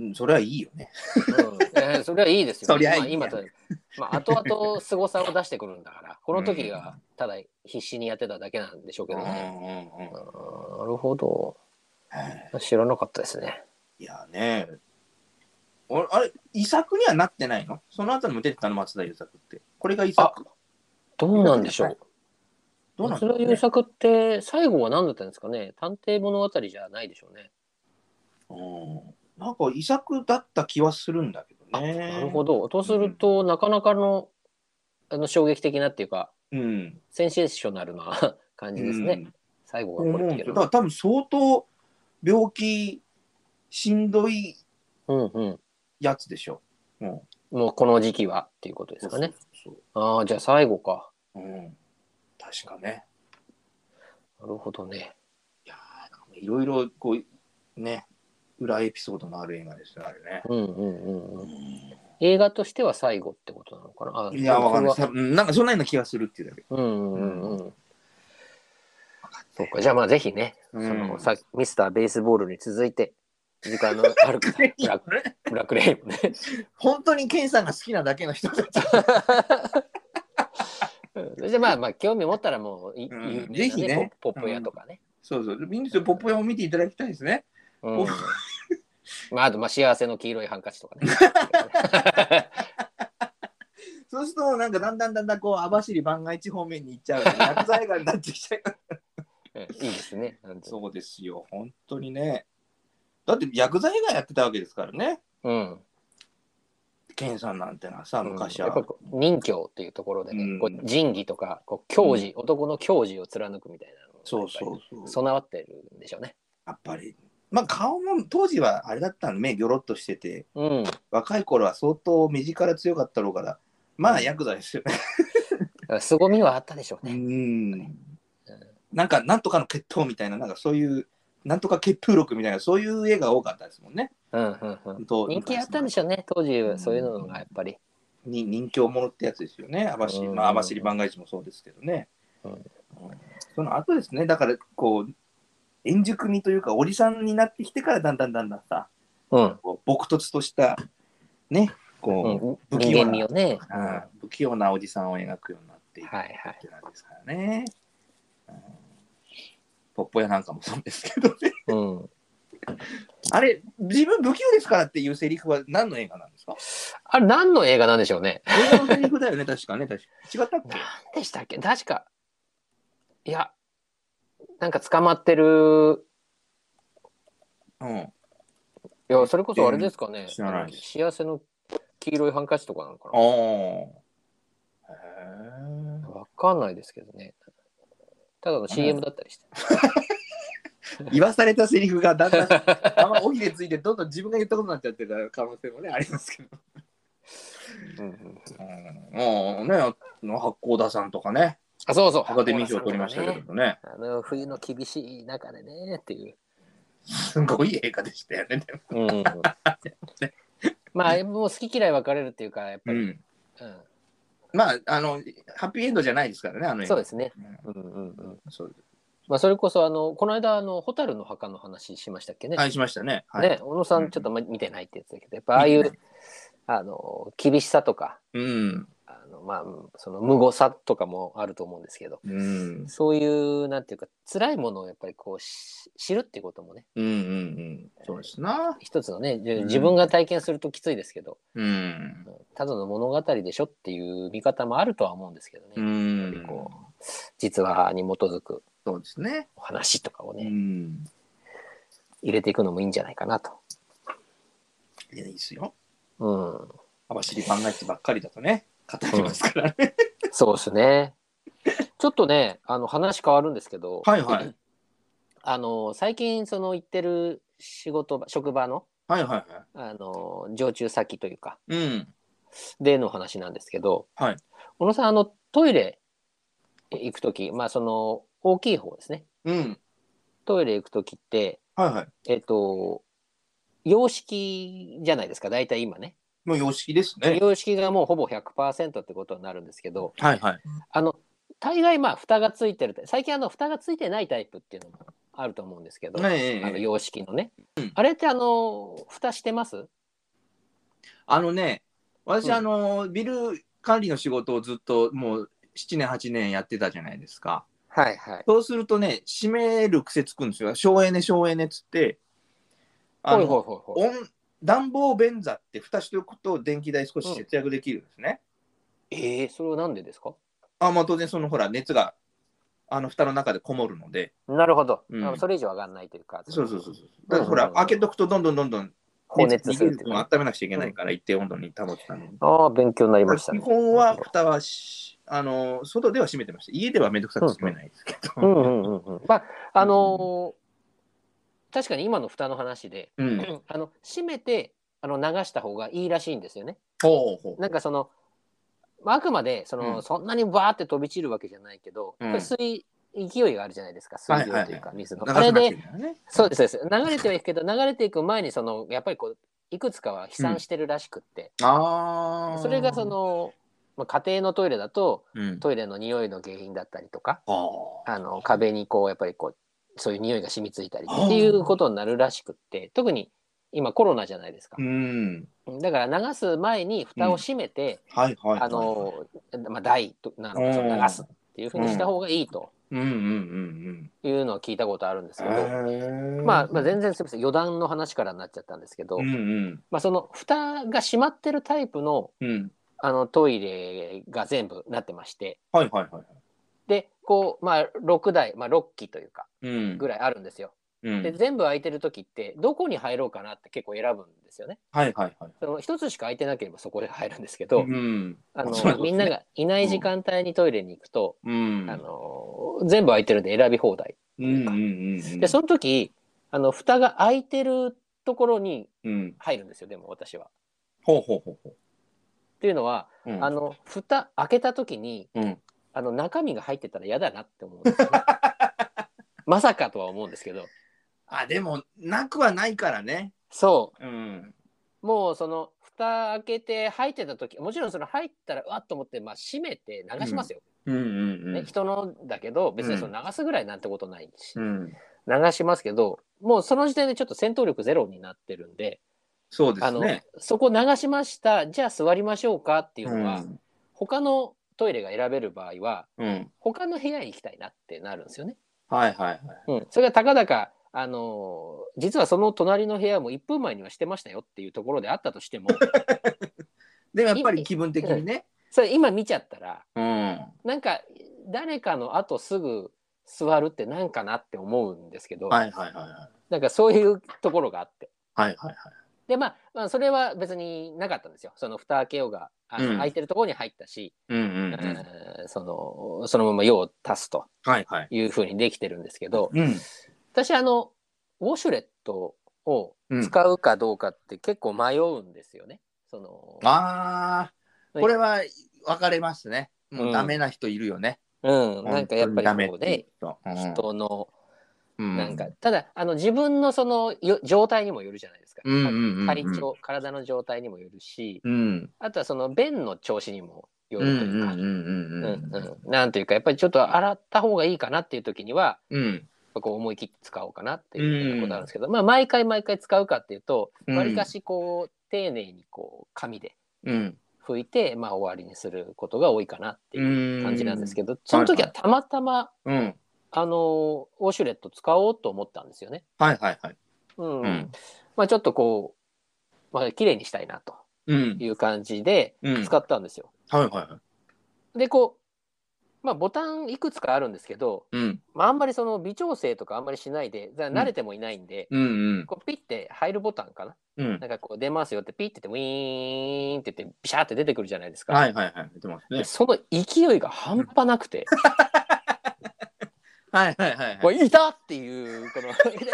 それはいいよね。 うんえー、それはいいですよ、ね。 そりゃいい、まあ、 今と、まあ、後々凄さを出してくるんだから、この時がただ必死にやってただけなんでしょうけどね。うんうんうん、なるほど。知らなかったですね。 いやね。あれ、遺作にはなってないの？その後にも出てたの、松田優作って。これが遺作？ どうなんでしょう。どうなんでしょうね、松田優作って最後は何だったんですかね。探偵物語じゃないでしょうね。 うん、なんか遺作だった気はするんだけどね。 なるほど。とすると、うん、なかなかのあの衝撃的なっていうか、うん、センセーショナルな感じですね。うん、最後はこれっていうのは。 だから多分相当病気しんどいやつでしょ。 うんうん、もうこの時期はっていうことですかね。そうそうそうああ、じゃあ最後か。 うん、確かね。 なるほどね。 いやいろいろこうね。裏エピソードのある映画ですよ、あれね。 うんうんうんうん。映画としては最後ってことなのかな。 あいや、わかんない。なんかそんなような気がするっていうだけ。 うんうんうんうん。そうか、じゃあまあぜひね、そのさミスターベースボールに続いて、時間のあるブラック、ブラックレインね。 本当にケンさんが好きなだけの人たち。 じゃあまあまあ興味持ったらもう、 うん、ぜひね、 ポップ屋とかね。 そうそう、みんなポップ屋を見ていただきたいですね。うん、 まああとまあ幸せの黄色いハンカチとかね。 そうするとなんかだんだんだんだんこう網走番外地方面に行っちゃう薬剤映画になってきちゃう。 いいですね。 そうですよ本当にね。だって薬剤映画やってたわけですからね。うん。ケンさんなんてのはさ昔は、 うん、やっぱ任侠っていうところでね、うん、こう仁義とかこう矜持、うん、男の矜持を貫くみたいなのそうそうそう備わってるんでしょうね。 やっぱりまあ顔も当時はあれだったの目ギョロッとしてて、うん、若い頃は相当目力強かったろうからまあヤクザですよね。凄みはあったでしょうね。うん、 うん、なんかなんとかの決闘みたいななんかそういうなんとか決風録みたいなそういう絵が多かったですもんね。 うんうんうん、人気あったんでしょうね当時はそういうのがやっぱり。 に人気者ってやつですよね。網走、まあ、網走番外地もそうですけどね。うんうん、その後ですねだからこう円熟味というかおじさんになってきてからだんだんだんだんさ、うん、こう朴突としたねこう、うん、不器用な、ねうん、不器用なおじさんを描くようになっていくわけなんですからね。はいはいうん、ポッポ屋なんかもそうですけどね。うんあれ自分不器用ですからっていうセリフは何の映画なんですか？ あれ何の映画なんでしょうね。 映画のセリフだよね確かね確か違ったっけ？ 何でしたっけ確かいやなんか捕まってるうんいやそれこそあれですかね、知らないです。幸せの黄色いハンカチとかなのかな。あへ分かんないですけどねただの シーエム だったりして言わされたセリフがだんだんあんま尾ひれついてどんどん自分が言ったことになっちゃってた可能性もねありますけどうんうんうんね八甲田さんとかねあそうそうアカデミー賞取りましたけどねあの冬の厳しい中でねっていうすごい映画でしたよねでも、うん、 まあもう好き嫌い分かれるっていうかやっぱり、うんうん、 まああのハッピーエンドじゃないですからねあの映画そうですね、うんうんうん、そうですまあ、それこそあのこの間あの蛍の墓の話しましたっけね。 はいしましたね。 はい、ね小野さんちょっと見てないってやつだけどやっぱああいうあの厳しさとか、 うん、 あのまあその無誤さとかもあると思うんですけど、 うん、 そういうなんていうか辛いものをやっぱりこうし知るっていうこともね、 うんうんうんそうですな。 一つのね、じうん自分が体験するときついですけど、 うんうんただの物語でしょっていう見方もあるとは思うんですけどね。 うやっぱりんこう実話に基づくそうですね。 お話とかをうね、 ん入れていくのもいいんじゃないかなと。 いやいいですよ。 うん、 網走番外地ばっかりだとね語りますからね。 そうですね。ちょっとね、あの話変わるんですけど、 はいはいあの最近その行ってる仕事場、職場のはいはいはい。 あの常駐先というかうんでの話なんですけど、 はい小野さんあのトイレ行くとき、まあその大きい方ですね。 うんトイレ行くときって、 はいはい。 えっと洋式じゃないですか、大体今ね。 もう様式ですね。 洋式がもうほぼ ひゃくパーセント ってことになるんですけど、 はいはい。 あの大概まあ蓋がついてる、最近あの蓋がついてないタイプっていうのもあると思うんですけど、 ねえあの洋式のね、うん、あれってあの蓋してます？ あのね、私、 うん、 あのビル管理の仕事をずっともうななねんはちねんやってたじゃないですか。 はいはい。 そうするとね、閉める癖つくんですよ。省エネ省エネっつって、あのほいほいほいほい。 温暖房便座って蓋しておくと電気代少し節約できるんですね。 うん、ええー、それはなんでですか？ あ、まあ当然そのほら熱があの蓋の中でこもるので。 なるほど。 うん、 それ以上上がらないというか。 そうそうそうそう。だからほら、開けとくとどんどんどんどん放熱するっていうか、 ね、温めなくちゃいけないから、一定温度に保つために。 ああ、勉強になりましたね。 基本は蓋はしあの外では閉めてました。家ではめんどくさく閉めないですけど。 うんうんうんうん。まああのー、確かに今の蓋の話で、うん、あの閉めてあの流した方がいいらしいんですよね。 ほうほうなんかそのあくまでその、うん、そんなにバーって飛び散るわけじゃないけど、うん、水勢いがあるじゃないですか、水量というか水の、あれで、そうですそうです、流れてはいくけど流れていく前にそのやっぱりこういくつかは飛散してるらしくって、うん、あそれがその、まあ、家庭のトイレだと、うん、トイレの匂いの原因だったりとか、あの壁にこうやっぱりこうそういう匂いが染みついたりっていうことになるらしくって、特に今コロナじゃないですか、うん、だから流す前に蓋を閉めて、あのまあ台なのか流すっていうふうにした方がいいというのを聞いたことあるんですけど、まあ、まあ全然すみません余談の話からになっちゃったんですけど、うんうん、まあその蓋が閉まってるタイプの、うん、あのトイレが全部なってまして、はいはいはい、でこうまあろくだい、まあ、ろっきというかぐらいあるんですよ。うん、で全部空いてる時ってどこに入ろうかなって結構選ぶんですよね。はいはいはい。その一つしか空いてなければそこで入るんですけど、うん、あの、ね、みんながいない時間帯にトイレに行くと、うん、あの全部空いてるんで選び放題というか、うんうんうんうん、でその時あの蓋が開いてるところに入るんですよ、でも私は。ほうほうほうほう。っていうのは、うん、あの蓋開けた時に、うん、あの中身が入ってたら嫌だなって思うんですよね。まさかとは思うんですけど。 あ、でもなくはないからね。 そう、うん、もうその蓋開けて入ってた時、もちろんその入ったらうわっと思って、まあ、閉めて流しますよ、うんうんうんうんね、人のだけど別にその流すぐらいなんてことないし、うん、流しますけど、もうその時点でちょっと戦闘力ゼロになってるんで、 そうですね、 あのそこ流しました、じゃあ座りましょうかっていうのは、うん、他のトイレが選べる場合は、うん、他の部屋に行きたいなってなるんですよね。はいはいはい、うん、それがたかだかあのー、実はその隣の部屋もいっぷんまえにはしてましたよっていうところであったとしてもでもやっぱり気分的にね、うん、 それ今見ちゃったら、うん、なんか誰かの後すぐ座るってなんかなって思うんですけど、はいはいはいはい、なんかそういうところがあって、はいはいはい、でまあ、まあ、それは別になかったんですよ。その蓋開けようがあの、うん、空いてるところに入ったし、うんうんうんえー、そのそのまま用を足すというふうにできてるんですけど、はいはい、うん、私あのウォシュレットを使うかどうかって結構迷うんですよね。そのあー、これは分かれますね。もうダメな人いるよね。 うん、うん、なんかやっぱりこうね、うん、人のなんかただあの自分のその状態にもよるじゃないですか。体調、体の状態にもよるし、うん、あとはその便の調子にもよるというか、なんというかやっぱりちょっと洗った方がいいかなっていう時には、うん、こう思い切って使おうかなっていうようなことあるんですけど、うん、まあ毎回毎回使うかっていうと、わりかしこう丁寧にこう紙でうん拭いて、まあ、終わりにすることが多いかなっていう感じなんですけど、その時はたまたま、 はいはい、 あのウォシュレット使おうと思ったんですよね。 はいはいはい。 うんうん、 まあ、ちょっとこう、まあ綺麗にしたいなという感じで使ったんですよ。 うんうん、はいはいはい。 でこう、まあ、ボタンいくつかあるんですけど、 うんまあ、あんまりその微調整とかあんまりしないで慣れてもいないんで、 うんうん、 こうピッて入るボタンかな、 うん、 なんかこう出ますよってピッてってウィーンって言ってビシャーって出てくるじゃないですか。 はいはいはい、出てますね。 でその勢いが半端なくてはいはいはい、 もういたっていうこの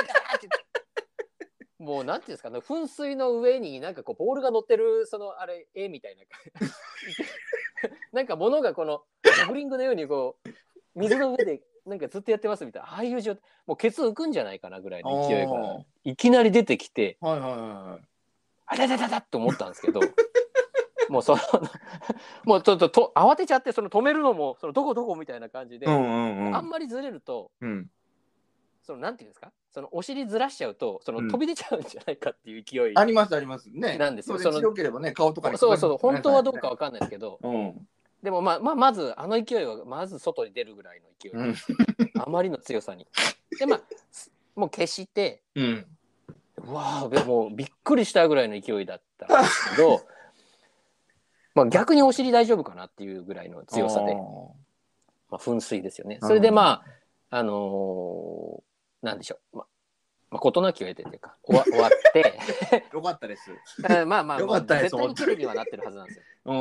もうなんていうんですかね、噴水の上になんかこうボールが乗ってるそのあれ絵みたいななんか物がこのボブリングのようにこう水の上でなんかずっとやってますみたいな、ああいう状態、もうケツ浮くんじゃないかなぐらいの勢いがいきなり出てきて、 はいはいはい、 あれだだだって思ったんですけどもうそのもうちょっとと慌てちゃって、その止めるのもそのどこどこみたいな感じで、 うんうんうん、 あんまりずれると、 うん、 そのなんていうんですか、そのお尻ずらしちゃうとその飛び出ちゃうんじゃないかっていう勢い、 ありますありますね。 なんですよ。 それ強ければね、顔とかに、 そうそう、本当はどうかわかんないですけど、 うん、 でもまあまあまずあの勢いはまず外に出るぐらいの勢い、 うん、 あまりの強さに。でまあもう消して、 うん、 うわあもうびっくりしたぐらいの勢いだったんですけどまあ逆にお尻大丈夫かなっていうぐらいの強さで、まあ、噴水ですよね。それでまああのー、なんでしょう、まあまあ、事なきを得てというか終わ終わってよかったです。 まあまあよかったです。 絶対に綺麗にはなってるはずなんですよ。 うん、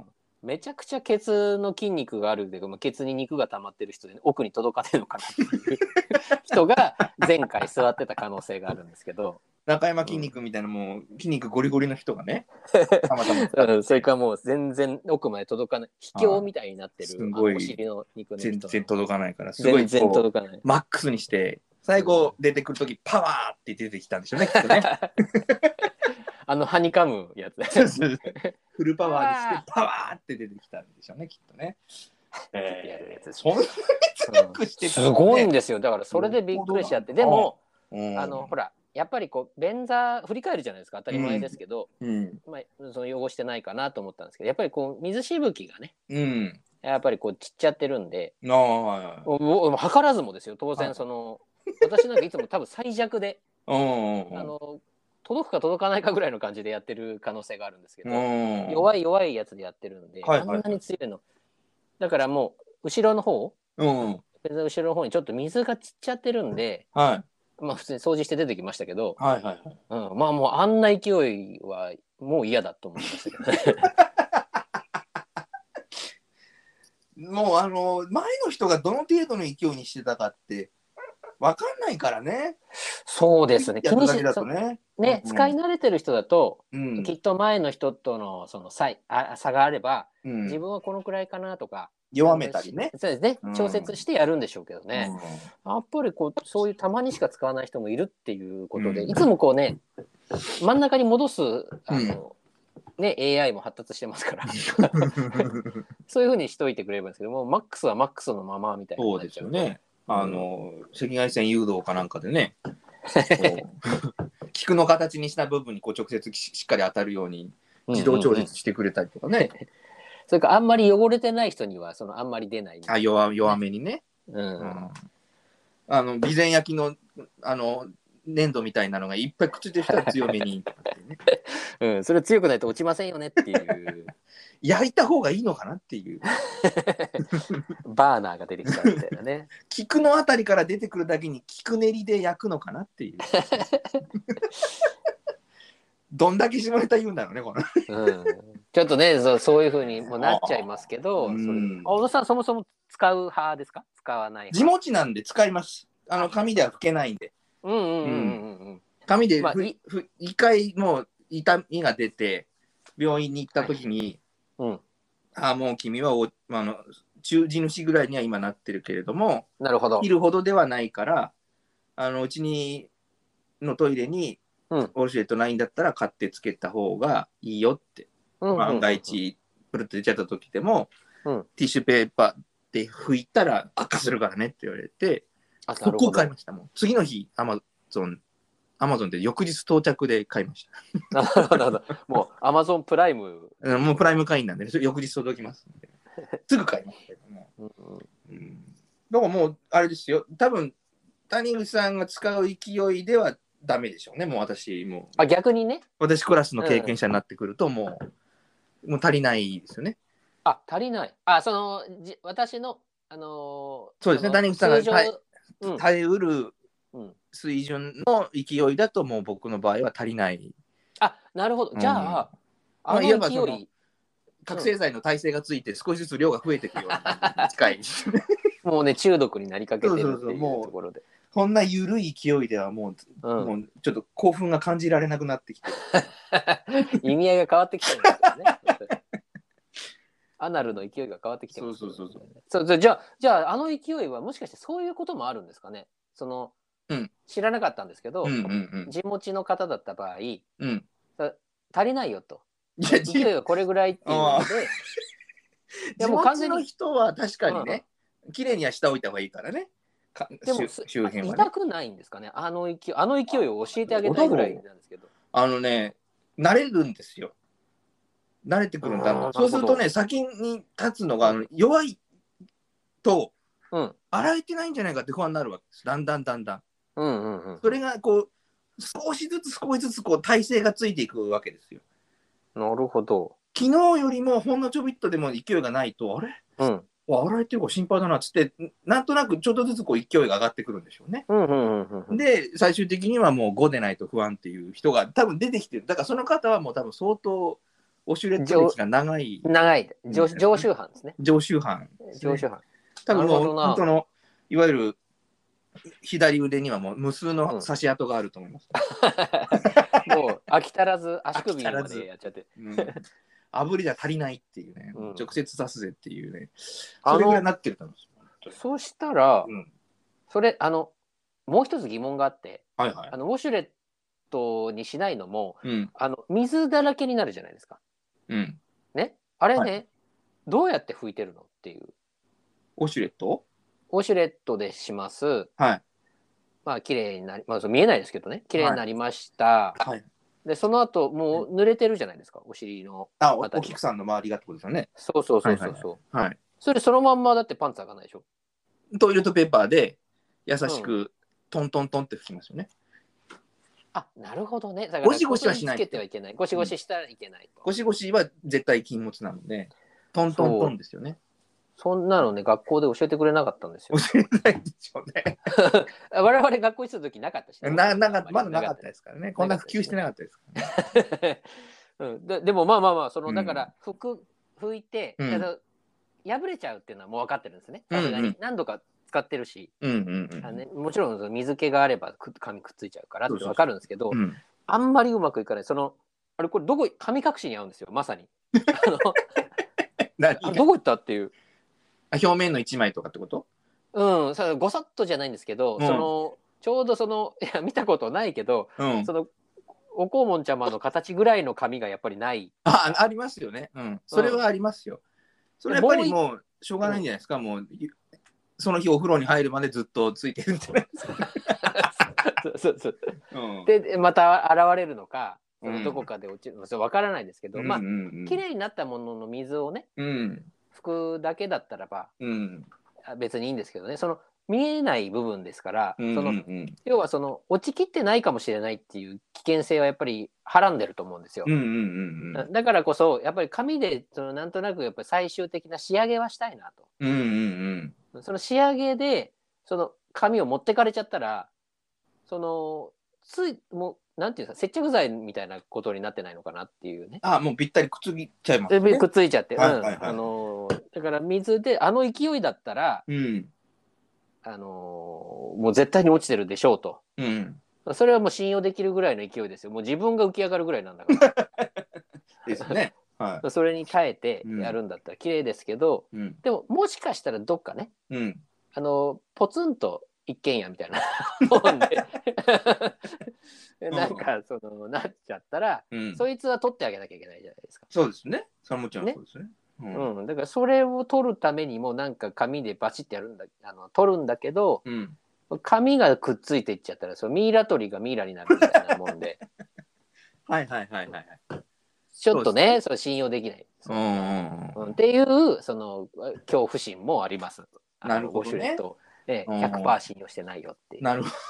めちゃくちゃケツの筋肉があるんで、まあ、ケツに肉が溜まってる人で、ね、奥に届かねえのかなっていう人が前回座ってた可能性があるんですけど、 中山筋肉みたいな、もう筋肉ゴリゴリの人がね、 たまたま、うん、それからもう全然奥まで届かない秘境みたいになってる、 すごいお尻の肉の人全然届かないから、すごい全然届かない、 マックスにして最後出てくるときパワーって出てきたんでしょうね、きっとね。あのはにかむやつフルパワーにしてパワーって出てきたんでしょうね、きっとね。 えー、 そんなに強くしてた、ね、すごいんですよ。だからそれでびっくりしちゃって、でも、うん、あのほらやっぱりこう便座振り返るじゃないですか、当たり前ですけど、うん、まあ、その汚してないかなと思ったんですけど、やっぱりこう水しぶきがね、うん、やっぱりこう散っちゃってるんで、あ、はいはい、図らずもですよ、当然その、はい、私なんかいつも多分最弱であの届くか届かないかぐらいの感じでやってる可能性があるんですけど、弱い弱いやつでやってるんで、はいはいはい、あんなに強いのだからもう後ろの方、うん、後ろの方にちょっと水が散っちゃってるんで、はい、まあ普通に掃除して出てきましたけど、はいはいはい、うん、まあもうあんな勢いはもう嫌だと思いましたけどね。 もうあの前の人がどの程度の勢いにしてたかって分かんないからね。 そうですね。 気にしだとね、 ね、うん、使い慣れてる人だと、うん、きっと前の人とのその差あ差があれば、うん、自分はこのくらいかなとか弱めたりね。 そうですね。調節してやるんでしょうけどね。うん、やっぱりこうそういうたまにしか使わない人もいるっていうことで、うん、いつもこうね真ん中に戻すあの、うん、ね エーアイ も発達してますからそういうふうにしといてくれればいいんですけども、マックスはマックスのままみたいな。 そうですよね。あの、うん、赤外線誘導かなんかでね菊の形にした部分にこう直接しっかり当たるように自動調節してくれたりとかね、うんうんうん、 それからあんまり汚れてない人にはそのあんまり出ない、ね、 あ 弱, 弱めにね、うんうん、あの備前焼きのあの粘土みたいなのがいっぱいくっついてる人は強めに、ねうん、それ強くないと落ちませんよねっていう焼いた方がいいのかなっていうバーナーが出てきたみたいなね。 菊のあたりから出てくるだけに菊練りで焼くのかなっていうどんだけ下ネタ言うんだろうねこの、 うん、ちょっとね そ, そういう風にもなっちゃいますけど、それ小野さんそもそも使う派ですか、使わない派？ 地持ちなんで使います。あの紙では拭けないんで、うんうんうんうん、うん、紙で、まあ、ふふ一回もう痛みが出て病院に行った時に、はい、うん、あもう君はおあの中地主ぐらいには今なってるけれども、 なるほど、 切るほどではないからあのうちにのトイレに、うん、ウォシュレットないんだったら買ってつけた方がいいよって、うんうんうんうん、万が一プルッと出ちゃった時でも、うん、ティッシュペーパーで拭いたら悪化するからねって言われて、そこ買いました。もう次の日アマゾンアマゾンで翌日到着で買いましなるほどなるほど。もうアマゾンプライム。 た。うんもうプライム会員なんで、ね、翌日届きますんで。すぐ買いますけども。 うんうんうん、だからもう、あれですよ。多分、谷口さんが使う勢いではダメでしょうね。もう私、もう。 あ、逆にね。 私クラスの経験者になってくると、もう、もう足りないですよね。 あ、足りない。あ、その、じ私の、あのーそうですね。 その谷口さんが通常、 耐うんえ耐えうるうん。 水準の勢いだと、もう僕の場合は足りない。 あ、なるほど。じゃあ、 うんまああいわばの勢そのい、 覚醒剤の耐性がついて少しずつ量が増えていくような感じに近い。 もうね、中毒になりかけてるっていうそうそうそうもうところで。 こんな緩い勢いではもう、 うんもうちょっと興奮が感じられなくなってきて。 意味合いが変わってきてるんですよね。アナルの勢いが変わってきてますよね。 そうそうそうそうそうじゃあ、じゃあ、あの勢いはもしかしてそういうこともあるんですかね。その、 うん、 知らなかったんですけど、 うんうんうん地持ちの方だった場合、 うんさ足りないよと。 いや勢いがこれぐらいっていうので、いや地もう完全に元の人は確かにね、綺麗にはしておいた方がいいからね。かでも周周辺はね痛。くないんですかね。あの勢い、あの勢いを教えてあげたいぐらいなんですけど。 あのね、慣れるんですよ。慣れてくるんだ。 あーそうするとね、先に立つのがあの弱いと、 うん洗えてないんじゃないかって不安になるわけです。だんだんだんだん。 うんうんうん。 それがこう、少しずつ少しずつこう体勢がついていくわけですよ。 なるほど。 昨日よりもほんのちょびっとでも勢いがないと、あれうん洗えてるから心配だなっつって、なんとなくちょっとずつこう勢いが上がってくるんでしょうね。 うんうんうんうん。 で、最終的にはもうごでないと不安っていう人が多分出てきてる。だからその方はもう多分相当オシュレット歴が長い。 長い常常習犯ですね。 常習犯、 常習犯。 多分もうなるほどな本当のいわゆる左腕にはもう無数の差し跡があると思います。 もう飽き足らず足首ま飽き足らずでやっちゃって。 うん炙りじゃ足りないっていうね、 うん直接刺すぜっていうね、 あのそれぐらいになってると思います。 そうしたら、 うんそれあのもう一つ疑問があって、 はいはいあのウォシュレットにしないのも、 うんあの水だらけになるじゃないですか。 うんね、あれね、 はどうやって拭いてるのっていう。 ウォシュレットウォシュレットでします。 はいまあ綺麗になり、まあそう見えないですけどね、綺麗になりました。 はいでその後もう濡れてるじゃないですか、お尻のあおあたり。 お菊さんの周りがってことですよね。 そうそうそうそうそう。 はいはいそれそのまんまだってパンツ開かないでしょ。 トイレットペーパーで優しくトントントンって拭きますよね。 あ、なるほどね。だからゴシゴシはしないここにつけてはいけない。ゴシゴシしたらいけないと。 ゴシゴシは絶対禁物なので、トントントンですよね。 そんなのね、学校で教えてくれなかったんですよ。 教えないでしょうね。 我々学校行ってた時なかったしね、 ななかまだなかったですからね。こんな普及してなかったですからね。 うん、ででもまあまあまあ、そのうんだから服拭いて、 うんだから破れちゃうっていうのはもう分かってるんですね。 うんうんさすがに何度か使ってるし、 うんうんうんあのね、もちろんその水気があればく髪くっついちゃうからって分かるんですけど、 うんあんまりうまくいかない。そのあれこれどこ髪隠しに合うんですよ、まさに。あの何あれどこ行ったっていう。 あ表面の一枚とかってこと？ うん、そごさっとじゃないんですけど、 うんそのちょうどそのいや見たことないけど、 うんそのお肛門ちゃまの形ぐらいの髪がやっぱりない。 あありますよね。うん。それはありますよ。それはやっぱりもうしょうがないんじゃないですか。もうその日お風呂に入るまでずっとついてるんじゃないですか。 そうそうそう。 うんでまた現れるのか、そのどこかで落ちるのかわからないですけど、まあうんうんうん綺麗になったものの水をねうん拭くだけだったらばうん別にいいんですけどね、その見えない部分ですから、 うんそのうん要はその落ちきってないかもしれないっていう危険性はやっぱりはらんでると思うんですよ。 うんうんうんうんだからこそやっぱり紙でそのなんとなくやっぱり最終的な仕上げはしたいなと。 うんうんうんその仕上げでその紙を持ってかれちゃったら、そのついもうなんていうんですか、接着剤みたいなことになってないのかなっていうね。 あもうぴったりくっついちゃいますよね。 でくっついちゃって、うん、 はいはいはいあのだから水であの勢いだったら、 うんあのもう絶対に落ちてるでしょうと。 うんそれはもう信用できるぐらいの勢いですよ。もう自分が浮き上がるぐらいなんだからですね。はそれに耐えてやるんだったら綺麗ですけど、 い。うんでももしかしたらどっかね、 うんあのポツンと一軒家みたいなもんでなんかそのなっちゃったら、 うん。 そいつは取ってあげなきゃいけないじゃないですか。 そうですね。それはもちろんそうですね。 うん、だからそれを取るためにもなんか紙でバチってやるんだ、あの取るんだけど、 うん髪がくっついていっちゃったら、そのミイラ取りがミイラになるみたいなもんで、 はいはいはいはい。 ちょっとね、それ信用できない。 うんうんうん。 っていうその恐怖心もあります。 なるほどね。 ウォシュレット、ね、 うんひゃくパーセント信用してないよっていう。 なるほど。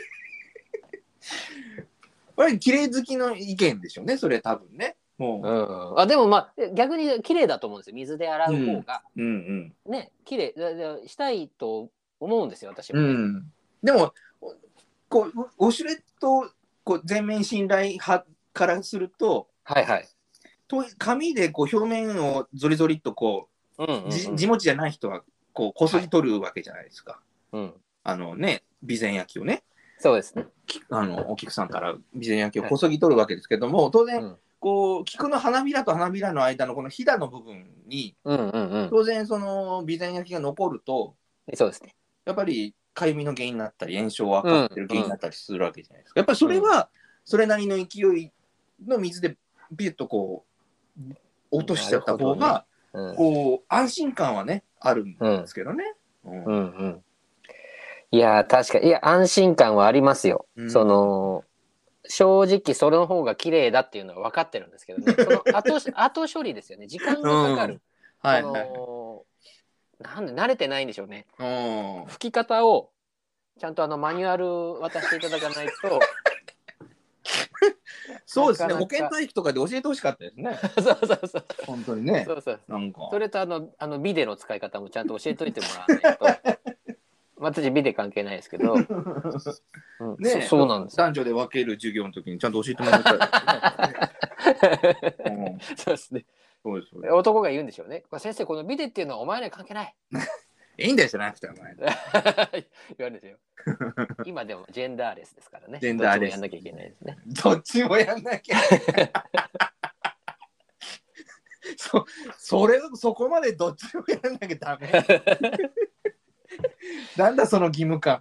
これ綺麗好きの意見でしょうね、それ多分ね。もう。 うん、あでもまあ逆に綺麗だと思うんですよ。水で洗う方が、 うんうんうん、 ね綺麗したいと思うんですよ、私も、ね。 うん、でもこうウォシュレットこう全面信頼派からすると、 はいはい。 と紙でこう表面をゾリゾリっとこう、うんうんうん、じ地持ちじゃない人はこうこそぎ取るわけじゃないですか。はい、うん、あのね備前焼きをね。 そうですね。 あのお菊さんから備前焼きをこそぎ取るわけですけども、はい、当然、うん、こう菊の花びらと花びらの間のこのひだの部分に、うんうんうん、当然その備前焼きが残ると、 そうですね。 やっぱりかゆみの原因になったり炎症を悪化してる原因になったりするわけじゃないですか。やっぱりそれはそれなりの勢いの水でビュッとこう落としちゃった方が、ね、うん、こう安心感はねあるんですけどね。うんうんうん、 いや確かにいや安心感はありますよ。うん、その正直その方が綺麗だっていうのは分かってるんですけどね。その 後, 後処理ですよね。時間がかかる。うん、はいはい、なんで慣れてないんでしょうね。拭き方をちゃんとあのマニュアル渡していただかないと。 そうですね。保健体育とかで教えてほしかったですね。 そうそうそう。 本当にね。 そうそう。なんか。それとあのあのビデの使い方もちゃんと教えといてもらわないと。私ビデ関係ないですけど。うん、 ねそ、そうなんです。男女で分ける授業の時にちゃんと教えてもらいたい、ね。うん、 そうですね。そうですそうです。男が言うんでしょうね。先生このビデっていうのはお前には関係ない。 いいんだよじゃなくてお前。 言われるんですよ。今でもジェンダーレスですからね。ジェンダーレス。どっちもやんなきゃいけないですね。 どっちもやんなきゃ。そ, それそこまでどっちもやんなきゃダメ。なんだその義務感。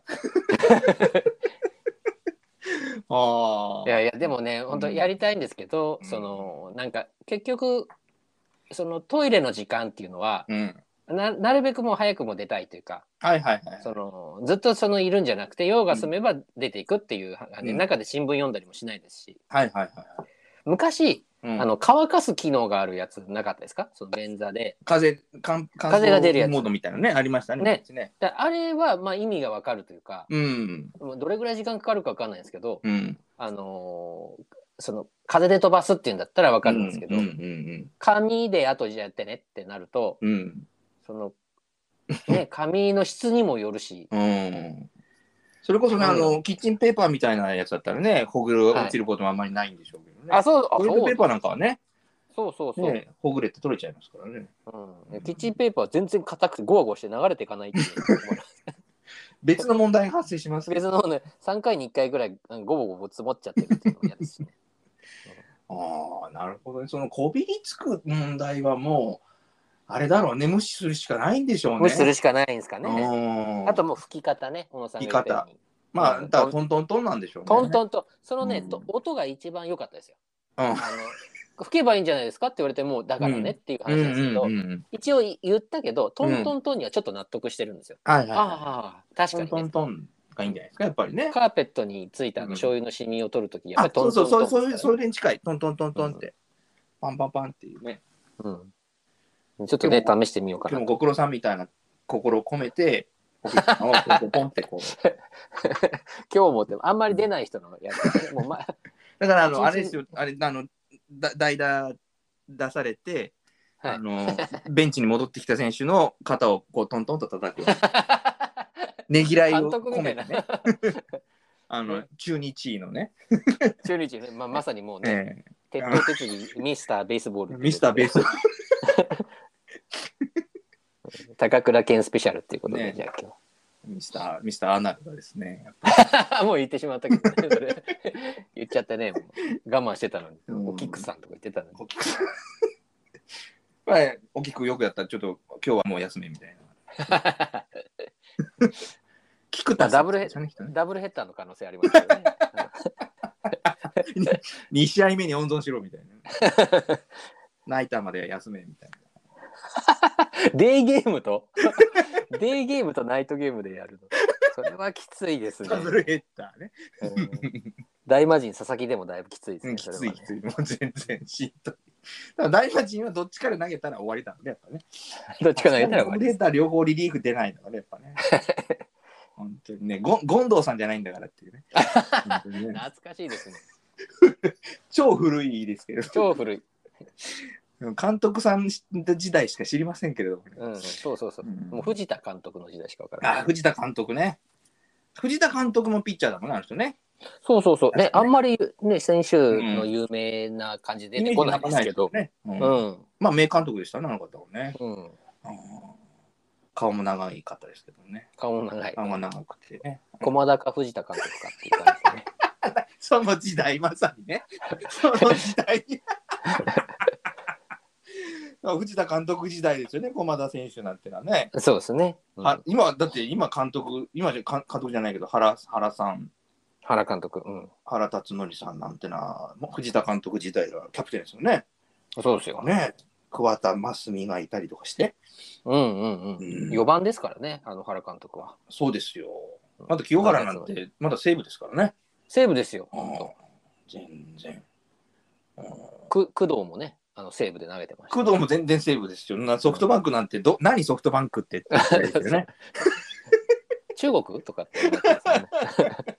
あいやいやでもね本当やりたいんですけど、うん、そのなんか結局そのトイレの時間っていうのは、うん、な, なるべくもう早くも出たいというか、 はいはいはい、 そのずっとそのいるんじゃなくて用が済めば出ていくっていう、うん、中で新聞読んだりもしないですし、 はいはいはい、 昔、うん、あの乾かす機能があるやつなかったですか？その便座で風乾風が出るやつモードみたいなねありましたね。 ねだあれはまあ意味がわかるというか、うん、どれぐらい時間かかるかわかんないんですけど、うん、あのー、その風で飛ばすっていうんだったらわかるんですけど、うんうんうんうん、紙で後じゃやってねってなると、うん、そのね紙の質にもよるし。 うんそれこそね、うん、あのキッチンペーパーみたいなやつだったらね、ほぐれ落ちることもあんまりないんでしょうけどね。 はい、あ、そう、 トイレットペーパーなんかはね、 そうそうそう、 ね、ほぐれって取れちゃいますからね。 うん、キッチンペーパーは全然硬くてゴワゴワして流れていかないっていう別の問題が発生します。 別のね、さんかいにいっかいぐらいゴボゴボ積もっちゃってるっていうのも嫌ですしね。 うん、ああ、なるほどね。そのこびりつく問題はもう。あれだろうね、無視するしかないんでしょうね。 無視するしかないんですかね。あともう吹き方ね、小野さんが言ったように。 まあ、だからトントントンなんでしょうね。 トントンと、そのね、うん、音が一番良かったですよ。うん、あの吹けばいいんじゃないですかって言われてもだからねっていう話なんですけど、一応言ったけど、トントントンにはちょっと納得してるんですよ。 はいはいはい。 ああ、確かに、ね。 トントントンがいいんじゃないですか、やっぱりね。 カーペットについた醤油のシミを取るとき、やっぱりトントントン、ね。そうそうそう、それに近い。トントントントンって。うん、パンパンパンっていうね。 うん。ちょっとね、試してみようかな。 今日もご苦労さんみたいな心を込めて、ポケットをポンポンってこう。 今日もってあんまり出ない人のやつ、ね。もうま、 だからあの、あれですよ、あれ、あの、代打出されて、はい、あの、ベンチに戻ってきた選手の肩をこうトントンと叩く。ねぎらいを込めてね。あの、中日のね。 中日ね、まあ、まさにもうね、えー、鉄頭鉄尾ミスターベースボール。 ミスターベースボール。 高倉健スペシャルっていうことで、ね、じゃあ今日ミスターミスターアナルがですねもう言ってしまったけどねそれ言っちゃってねもう我慢してたのに、うん、おきくさんとか言ってたのにまあおきくよくやったらちょっと今日はもう休めみたいな菊田ダブルヘダブルヘッダーの可能性ありますけどねに試合目に温存しろみたいなナイターまでは休めみたいなデイゲームとデイゲームとナイトゲームでやるのそれはきついですね。 ダブルヘッダーね。 大魔神佐々木でもだいぶきついですね。 うん、きついきつい。もう全然しんどい。だ大魔神はどっちから投げたら終わりだね、やっぱね。 どっちから投げたら終わり。 ダブルヘッダー両方リリーフ出ないのがね、やっぱね。本当にね、ゴ権藤さんじゃないんだからっていうね。 懐かしいですね。 超古いですけど。 超古い。 監督さん時代しか知りませんけれども、ね、 うん、そうそうそう、うん、もう藤田監督の時代しか分からない。 あ、藤田監督ね。藤田監督もピッチャーだもんね、あの人ね。 そうそうそう。ね、あんまりね、選手の有名な感じで出てこないですけど。ね、 うんうん、まあ、名監督でしたね、あの方はね。うん、顔も長い方ですけどね。 顔も長い。 顔が長くてね。 駒田か藤田監督かっていう感じですね。 その時代、まさにね。その時代に。藤田監督時代ですよね、駒田選手なんてのはね。 そうですね。 うん、今、だって今監督、今じゃ監督じゃないけど、原原さん。 原監督。うん、 原辰徳さんなんてのは、藤田監督時代はキャプテンですよね。 そうですよね。桑田真澄がいたりとかして。 うんうんうん。うん、よばんですからね、あの原監督は。 そうですよ。まだ清原なんて、まだ西武ですからね。 西武ですよ。 全然。 く工藤もね。あの西武で投げてました。 工藤も全然西武ですよ。ソフトバンクなんてど、うん、何ソフトバンクってって言ってですよね。 中国とかって言ってますよね。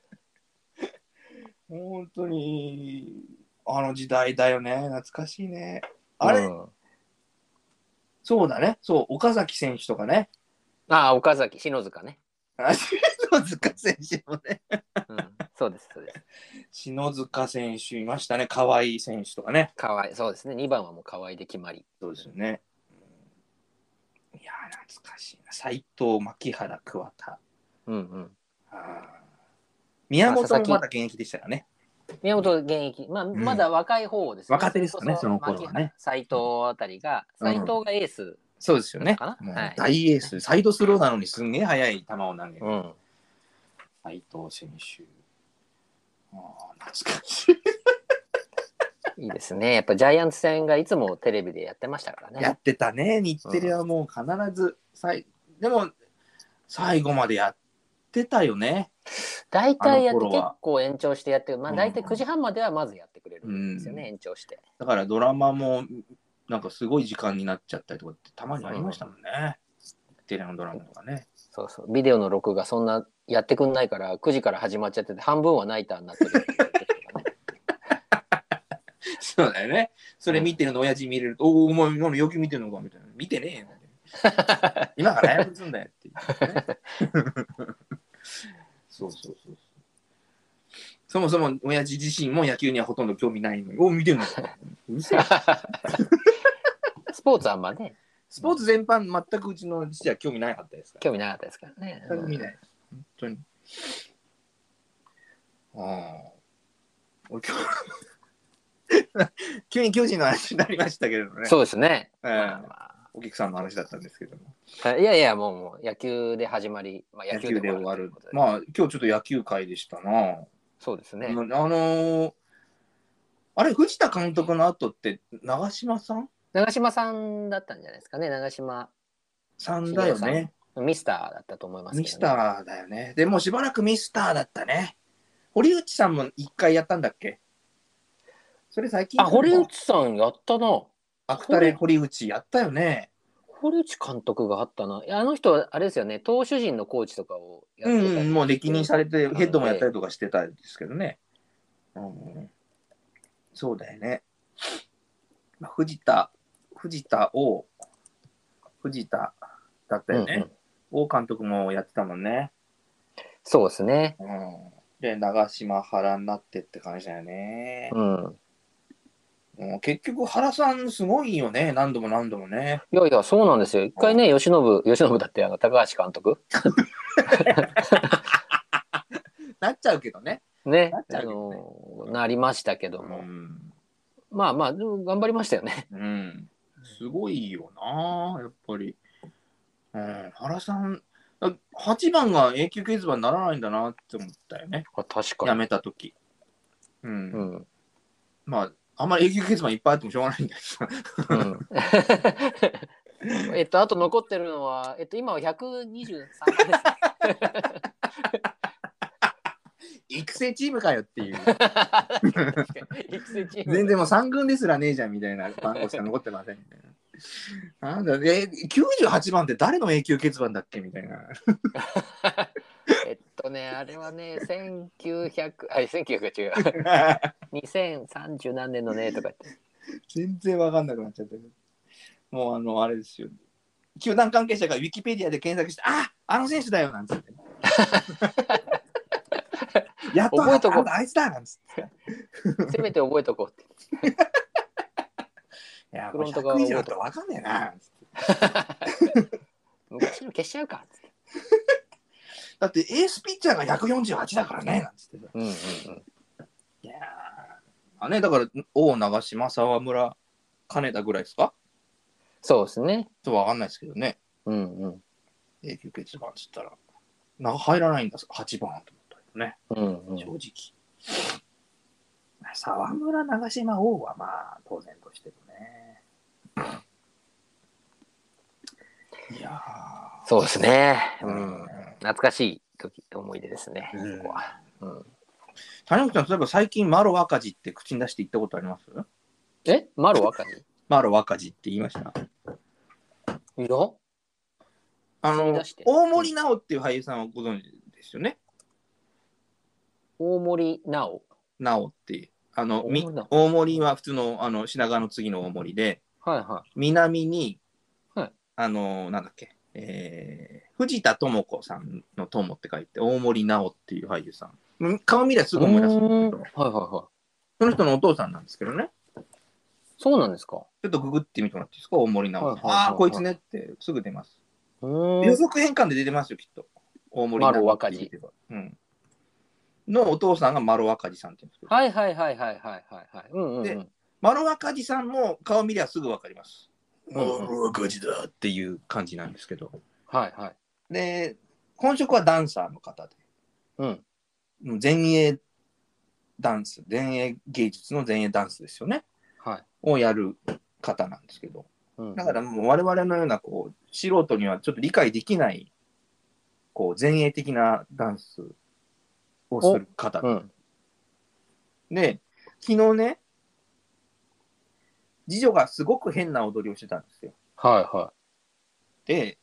本当にあの時代だよね。懐かしいね。あれ、うん、そうだね。そう岡崎選手とかね。 ああ岡崎篠塚ね。 篠塚選手もね。 うん、そうですそうです。 篠塚選手いましたね。河合選手とかね。 河合そうですね。にばんはもう河合で決まり。 そうですよね。いや懐かしいな。斉藤牧原桑田。うんうん。あ宮本もまだ現役でしたよね。 宮本現役、まあ、うん、まだ若い方ですね。若手ですかね、その頃はね。 斉藤あたりが、斉藤がエース、うん。 そうですよね。大エース、サイドスローなのにすんげえ速い球を投げる。うん、斉藤選手。ああ、懐かしい。 いいですね。やっぱジャイアンツ戦がいつもテレビでやってましたからね。 やってたね。日テレはもう必ず、うん、でも最後までやってたよね。 大体やって結構延長してやってる。まあ大体くじはんまではまずやってくれるんですよね、うん、延長して。 だからドラマもなんかすごい時間になっちゃったりとかってたまにありましたもんね。うん、テレのドラマとかね。 そうそう。ビデオの録画そんなやってくんないからくじから始まっちゃってて半分はナイターになってる、ね。 そうだよね。それ見てるの親父見れると、うん、おお、お前今のよく見てるのかみたいな。見てねえよ。今から早くすんだよって言って、ね。そうそうそうそう。そもそも親父自身も野球にはほとんど興味ないのに、お見てるのか。うせえ。 スポーツあんまね。 スポーツ全般全くうちの父は興味なかったですから。 興味なかったですからね。 全く見ない。本当に。ああ。俺今日急に巨人の話になりましたけどね。 そうですね。 えーまあお客さんの話だったんですけども。 いやいや、もう、もう野球で始まり、まあ、 野球で終わる。まあ、今日ちょっと野球会でしたな。 そうですね。 あのー、あれ、藤田監督の後って、長嶋さん長嶋さんだったんじゃないですかね、長嶋さんだよね。 ミスターだったと思いますけど、ね。 ミスターだよね。でもしばらくミスターだったね。堀内さんも一回やったんだっけ？それ最近。 あ、堀内さんやったな。 アクタレ堀内やったよね。 堀内監督があったな。あの人はあれですよね、投手陣のコーチとかをやってた。うん、もう歴任されて、ヘッドもやったりとかしてたんですけどね。うん、そうだよね。藤田、藤田を、藤田だったよね。うんうん、王監督もやってたもんね。 そうですね。 うん、で、長嶋原になってって感じだよね。うん。もう結局原さんすごいよね、何度も何度もね。 いやいや、そうなんですよ。一回ね、由伸、由伸だってあの高橋監督なっちゃうけどね。 ね、なっちゃうけどね、あのなりましたけども、うん、まあまあ頑張りましたよね。 うん、すごいよな、やっぱり。うん、原さん、はちばんが永久欠番にならないんだなって思ったよね。 確かに。 やめたとき。うん。うん、まあ。あんまり永久欠番いっぱいあってもしょうがないんだけど。うん、 えっと、あと残ってるのは、えっと、今はひゃくにじゅうさんですね。 成チームかよっていう。 育成チーム全然もうさん軍ですらねえじゃんみたいな番号しか残ってませんみたいな。なんだえきゅうじゅうはちばんって誰の永久欠番だっけみたいな。 えっとねあれはねせんきゅうひゃくあせんきゅうひゃく違うにせんさんじゅう何年のねとか言って全然わかんなくなっちゃってる。もうあのあれですよ。球団関係者がウィキペディアで検索してああの選手だよなんつって。やっと覚えとこうあいつだなんつって。 せめて覚えとこうって。 いや、フロントが覚えとわかんねえな。 昔の消しちゃうかっつって。 だってエースピッチャーがひゃくよんじゅうはちだからねなんつって。 うんうんうん。 いやあねだから王長島沢村金田ぐらいですか。 そうですね。 ちょっとわかんないですけどね。 うんうん。 永久欠番っつったらなんか入らないんだはちばんと思ったよね。 うんうん、 正直。沢村長島王はまあ当然としてもね。いやそうですね、うん、懐かしい時思い出ですね、 うん、 ここは、うん、 谷口さん、例えば最近マロ若字って口に出して言ったことあります？ えマロ若字マロ若字って言いました？ いやあの大森直っていう俳優さんはご存知ですよね。 大森直直ってあの大 森, 大森は普通のあの品川の次の大森で、 はいはい、 南に、 はい、 あのなんだっけ、えー、藤田智子さんの友って書いて大森直っていう俳優さん。顔見りゃすぐ思い出すんですけど、 はいはいはい、 その人のお父さんなんですけどね。 そうなんですか。 ちょっとググってみてもらっていいですか、大森直、はいはいはいはい、ああこいつねってすぐ出ます。予測変換で出てますよきっと。大森直マロ若字、 うん、のお父さんがマロ若字さんって言うんですけど、 はいはいはいはいはいはい、うんうんうん、 でマロ若字さんも顔見りゃすぐ分かります。マロ若字だっていう感じなんですけど、 はいはい。 で本職はダンサーの方で、 うん、 前衛ダンス、前衛芸術の前衛ダンスですよね、 はい、 をやる方なんですけど、うんうん、だからもう我々のようなこう素人にはちょっと理解できないこう前衛的なダンスをする方、うん、で昨日ね次女がすごく変な踊りをしてたんですよ。 はいはい。 で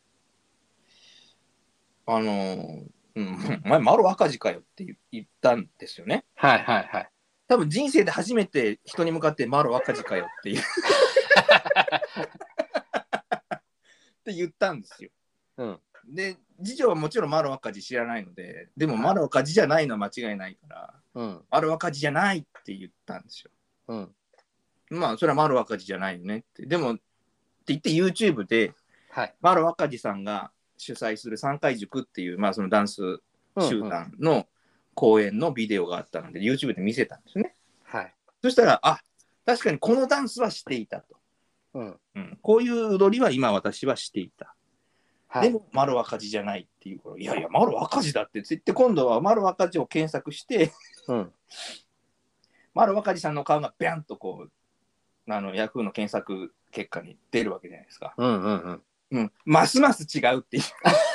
あのーうん、お前マロ赤字かよって言ったんですよね。 はいはいはい。 多分人生で初めて人に向かってマロ赤字かよっていうって言ったんですよ。うん、で次女はもちろんマロ赤字知らないので、でもマロ赤字じゃないのは間違いないから、うん、マロ赤字じゃないって言ったんですよ。うん、まあそれはマロ赤字じゃないよねって。でもって言って YouTube で、はい、マロ赤字さんが主催する三回塾っていう、まあ、そのダンス集団の公演のビデオがあったので、うんうん、YouTube で見せたんですね。はい、そしたらあ確かにこのダンスはしていたと、うんうん、こういう踊りは今私はしていた、はい、でもマロ赤字じゃないっていうから、いやいやマロ赤字だって言って今度はマロ赤字を検索して、うん、マロ赤字さんの顔がビャンとこうあのヤフーの検索結果に出るわけじゃないですか。うんうんうんうん、ますます違うっていう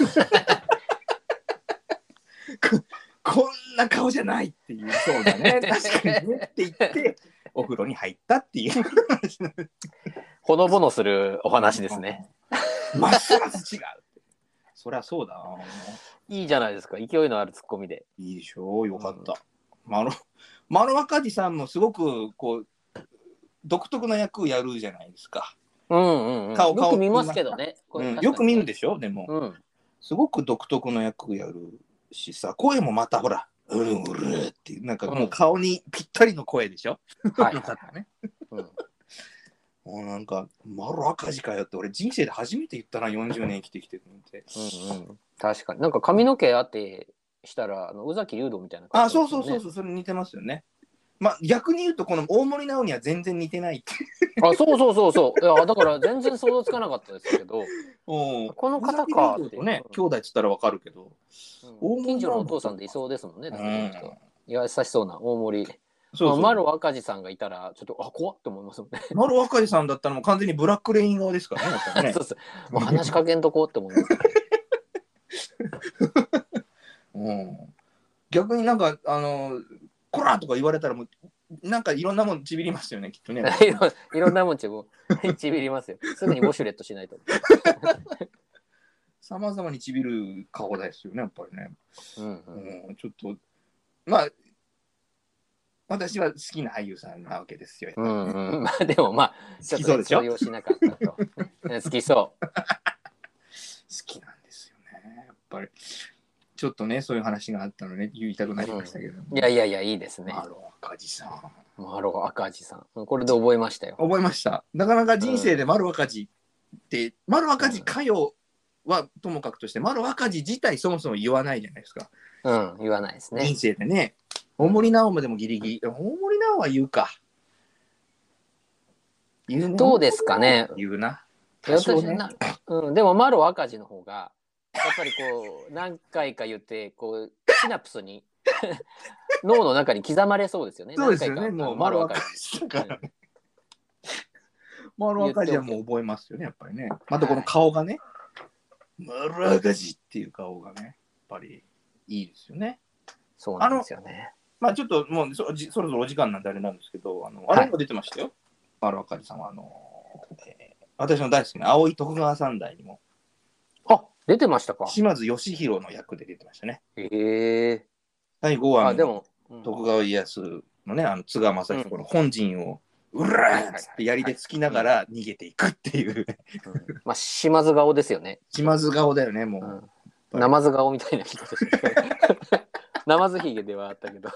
こ, こんな顔じゃないっていう、そうだね確かにねって言ってお風呂に入ったっていうほのぼのするお話ですね。 ますます違うってそりゃそうだな。 いいじゃないですか、勢いのあるツッコミで。 いいでしょう、よかった、うん、マロマロ若地さんもすごくこう独特な役をやるじゃないですか。うんうんうん、顔よく見ますけどね、 うん、よく見るでしょ。でも、うん、すごく独特の役をやるしさ、声もまたほらうるうるっていうなんかもう顔にぴったりの声でしょ、うん、はいはいはい、ね、うん、もうなんかマロ赤字かよって俺人生で初めて言ったな、よんじゅうねん生きてきてるのって、 うんうん、確かになんか髪の毛あってしたらあの宇崎竜童みたいな感じ、ね、あそうそうそうそう、それ似てますよね。まあ、逆に言うとこの大森直には全然似てないってあ、そうそうそうそう、いやだから全然想像つかなかったですけどこの方かっていうね、兄弟っつったらわかるけど、 うん、近所のお父さんでいそうですもんね、だから人、優しそうな大森、そうそう、まあ、丸若地さんがいたらちょっとあ怖って思いますもんね。 丸若地さんだったらもう完全にブラックレイン側ですからね。やっぱねそうそう、 もう話しかけんとこうって思います、ねうん、 逆になんかあのこらとか言われたらもうなんかいろんなもんちびりますよねきっとね。 いろいろんなもんちもちびりますよ。すぐにウォシュレットしないと。 さまざまにちびる顔ですよねやっぱりね。 うんうんうん、ちょっとまあ私は好きな俳優さんなわけですよ。 うんうん、まあでもまあちょっと、ね、 通用しなかったと、ね、好きそう。 好きなんですよねやっぱり。ちょっとねそういう話があったのね言いたくなりましたけど、 うん、いやいやいやいいですね。 マロ赤字さん。 マロ赤字さん。これで覚えましたよ。 覚えました。なかなか人生でマロ赤字って、うん、マロ赤字かよはともかくとしてマロ赤字自体そもそも言わないじゃないですか。 うん、言わないですね。 人生でね。大森直もでもギリギリ。大森直は言うか。 言うね。どうですかね。 言うな。 多少ね。うん、でもマロ赤字の方がやっぱりこう何回か言ってこうシナプスに脳の中に刻まれそうですよね。 そうですよね。もうマロ赤字だからね。マロ赤字はもう覚えますよねやっぱりね。またこの顔がね、マロ赤字っていう顔がねやっぱりいいですよね。 そうなんですよね。 まあちょっともう そ, そろそろお時間なんであれなんですけど、あの、はい、あれも出てましたよ。マロ赤字さんはあの、えー、私の大好きな青い徳川三代にも。 あ、出てましたか。 島津義弘の役で出てましたね。 へえー。 最後はあでも、うん、徳川家康のね、あの津川雅彦の本陣を、うん、うらーっつって槍で突きながら逃げていくっていう、 うん、まあ島津顔ですよね。 島津顔だよねもう。 うん、ナマズ顔みたいな人でしたナマズヒゲではあったけど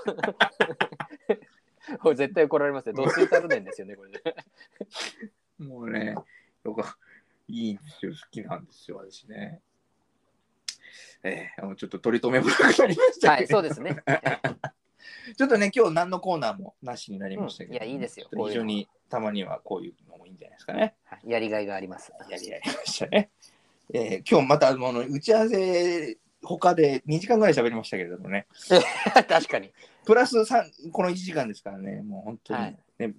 これ絶対怒られますよ。どうスイタルネンですよねこれでもうねよくいいんですよ好きなんですよ私ね。えー、ちょっと取り留めもなくなりましたけど、 はい、そうですね。 ちょっとね、今日何のコーナーもなしになりましたけど、 うん、いや、いいですよ。 非常にたまにはこういうのもいいんじゃないですかね。 はい、やりがいがあります。 やりがいありましたね。えー、今日またあの打ち合わせ、他でにじかんぐらい喋りましたけれどもね。 確かに。 プラスさん、このいちじかんですからね、もう本当に、ね、はいえ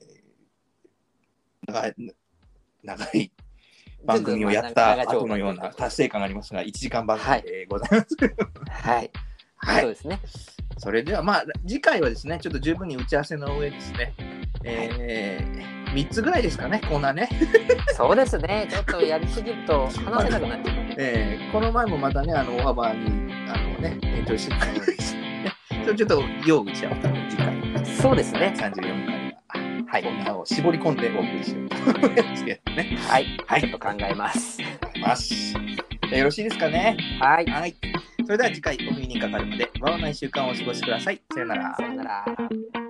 ー、長い、長い番組をやった後のような達成感がありますが、いちじかん番組でございます。 はい。はい。そうですね。 それでは、まあ、次回はですね、ちょっと十分に打ち合わせの上ですね、えー、みっつぐらいですかね、コーナーね。 そうですね、ちょっとやりすぎると話せなくなっちゃう、ねえー。この前もまたね、あの大幅にあの、ね、延長してくれるんですね。それちょっと要打ち合わせの次回。 そうですね。 さんじゅうよんかいは。はい、コーナーを絞り込んでお送りしようと思いますけどね。 はい、はい、ちょっと考えます。 考えます。よろしいですかね。 はい。 はい。それでは次回お耳にかかるまで、和のいっしゅうかんをお過ごしください。さよなら。 さよなら。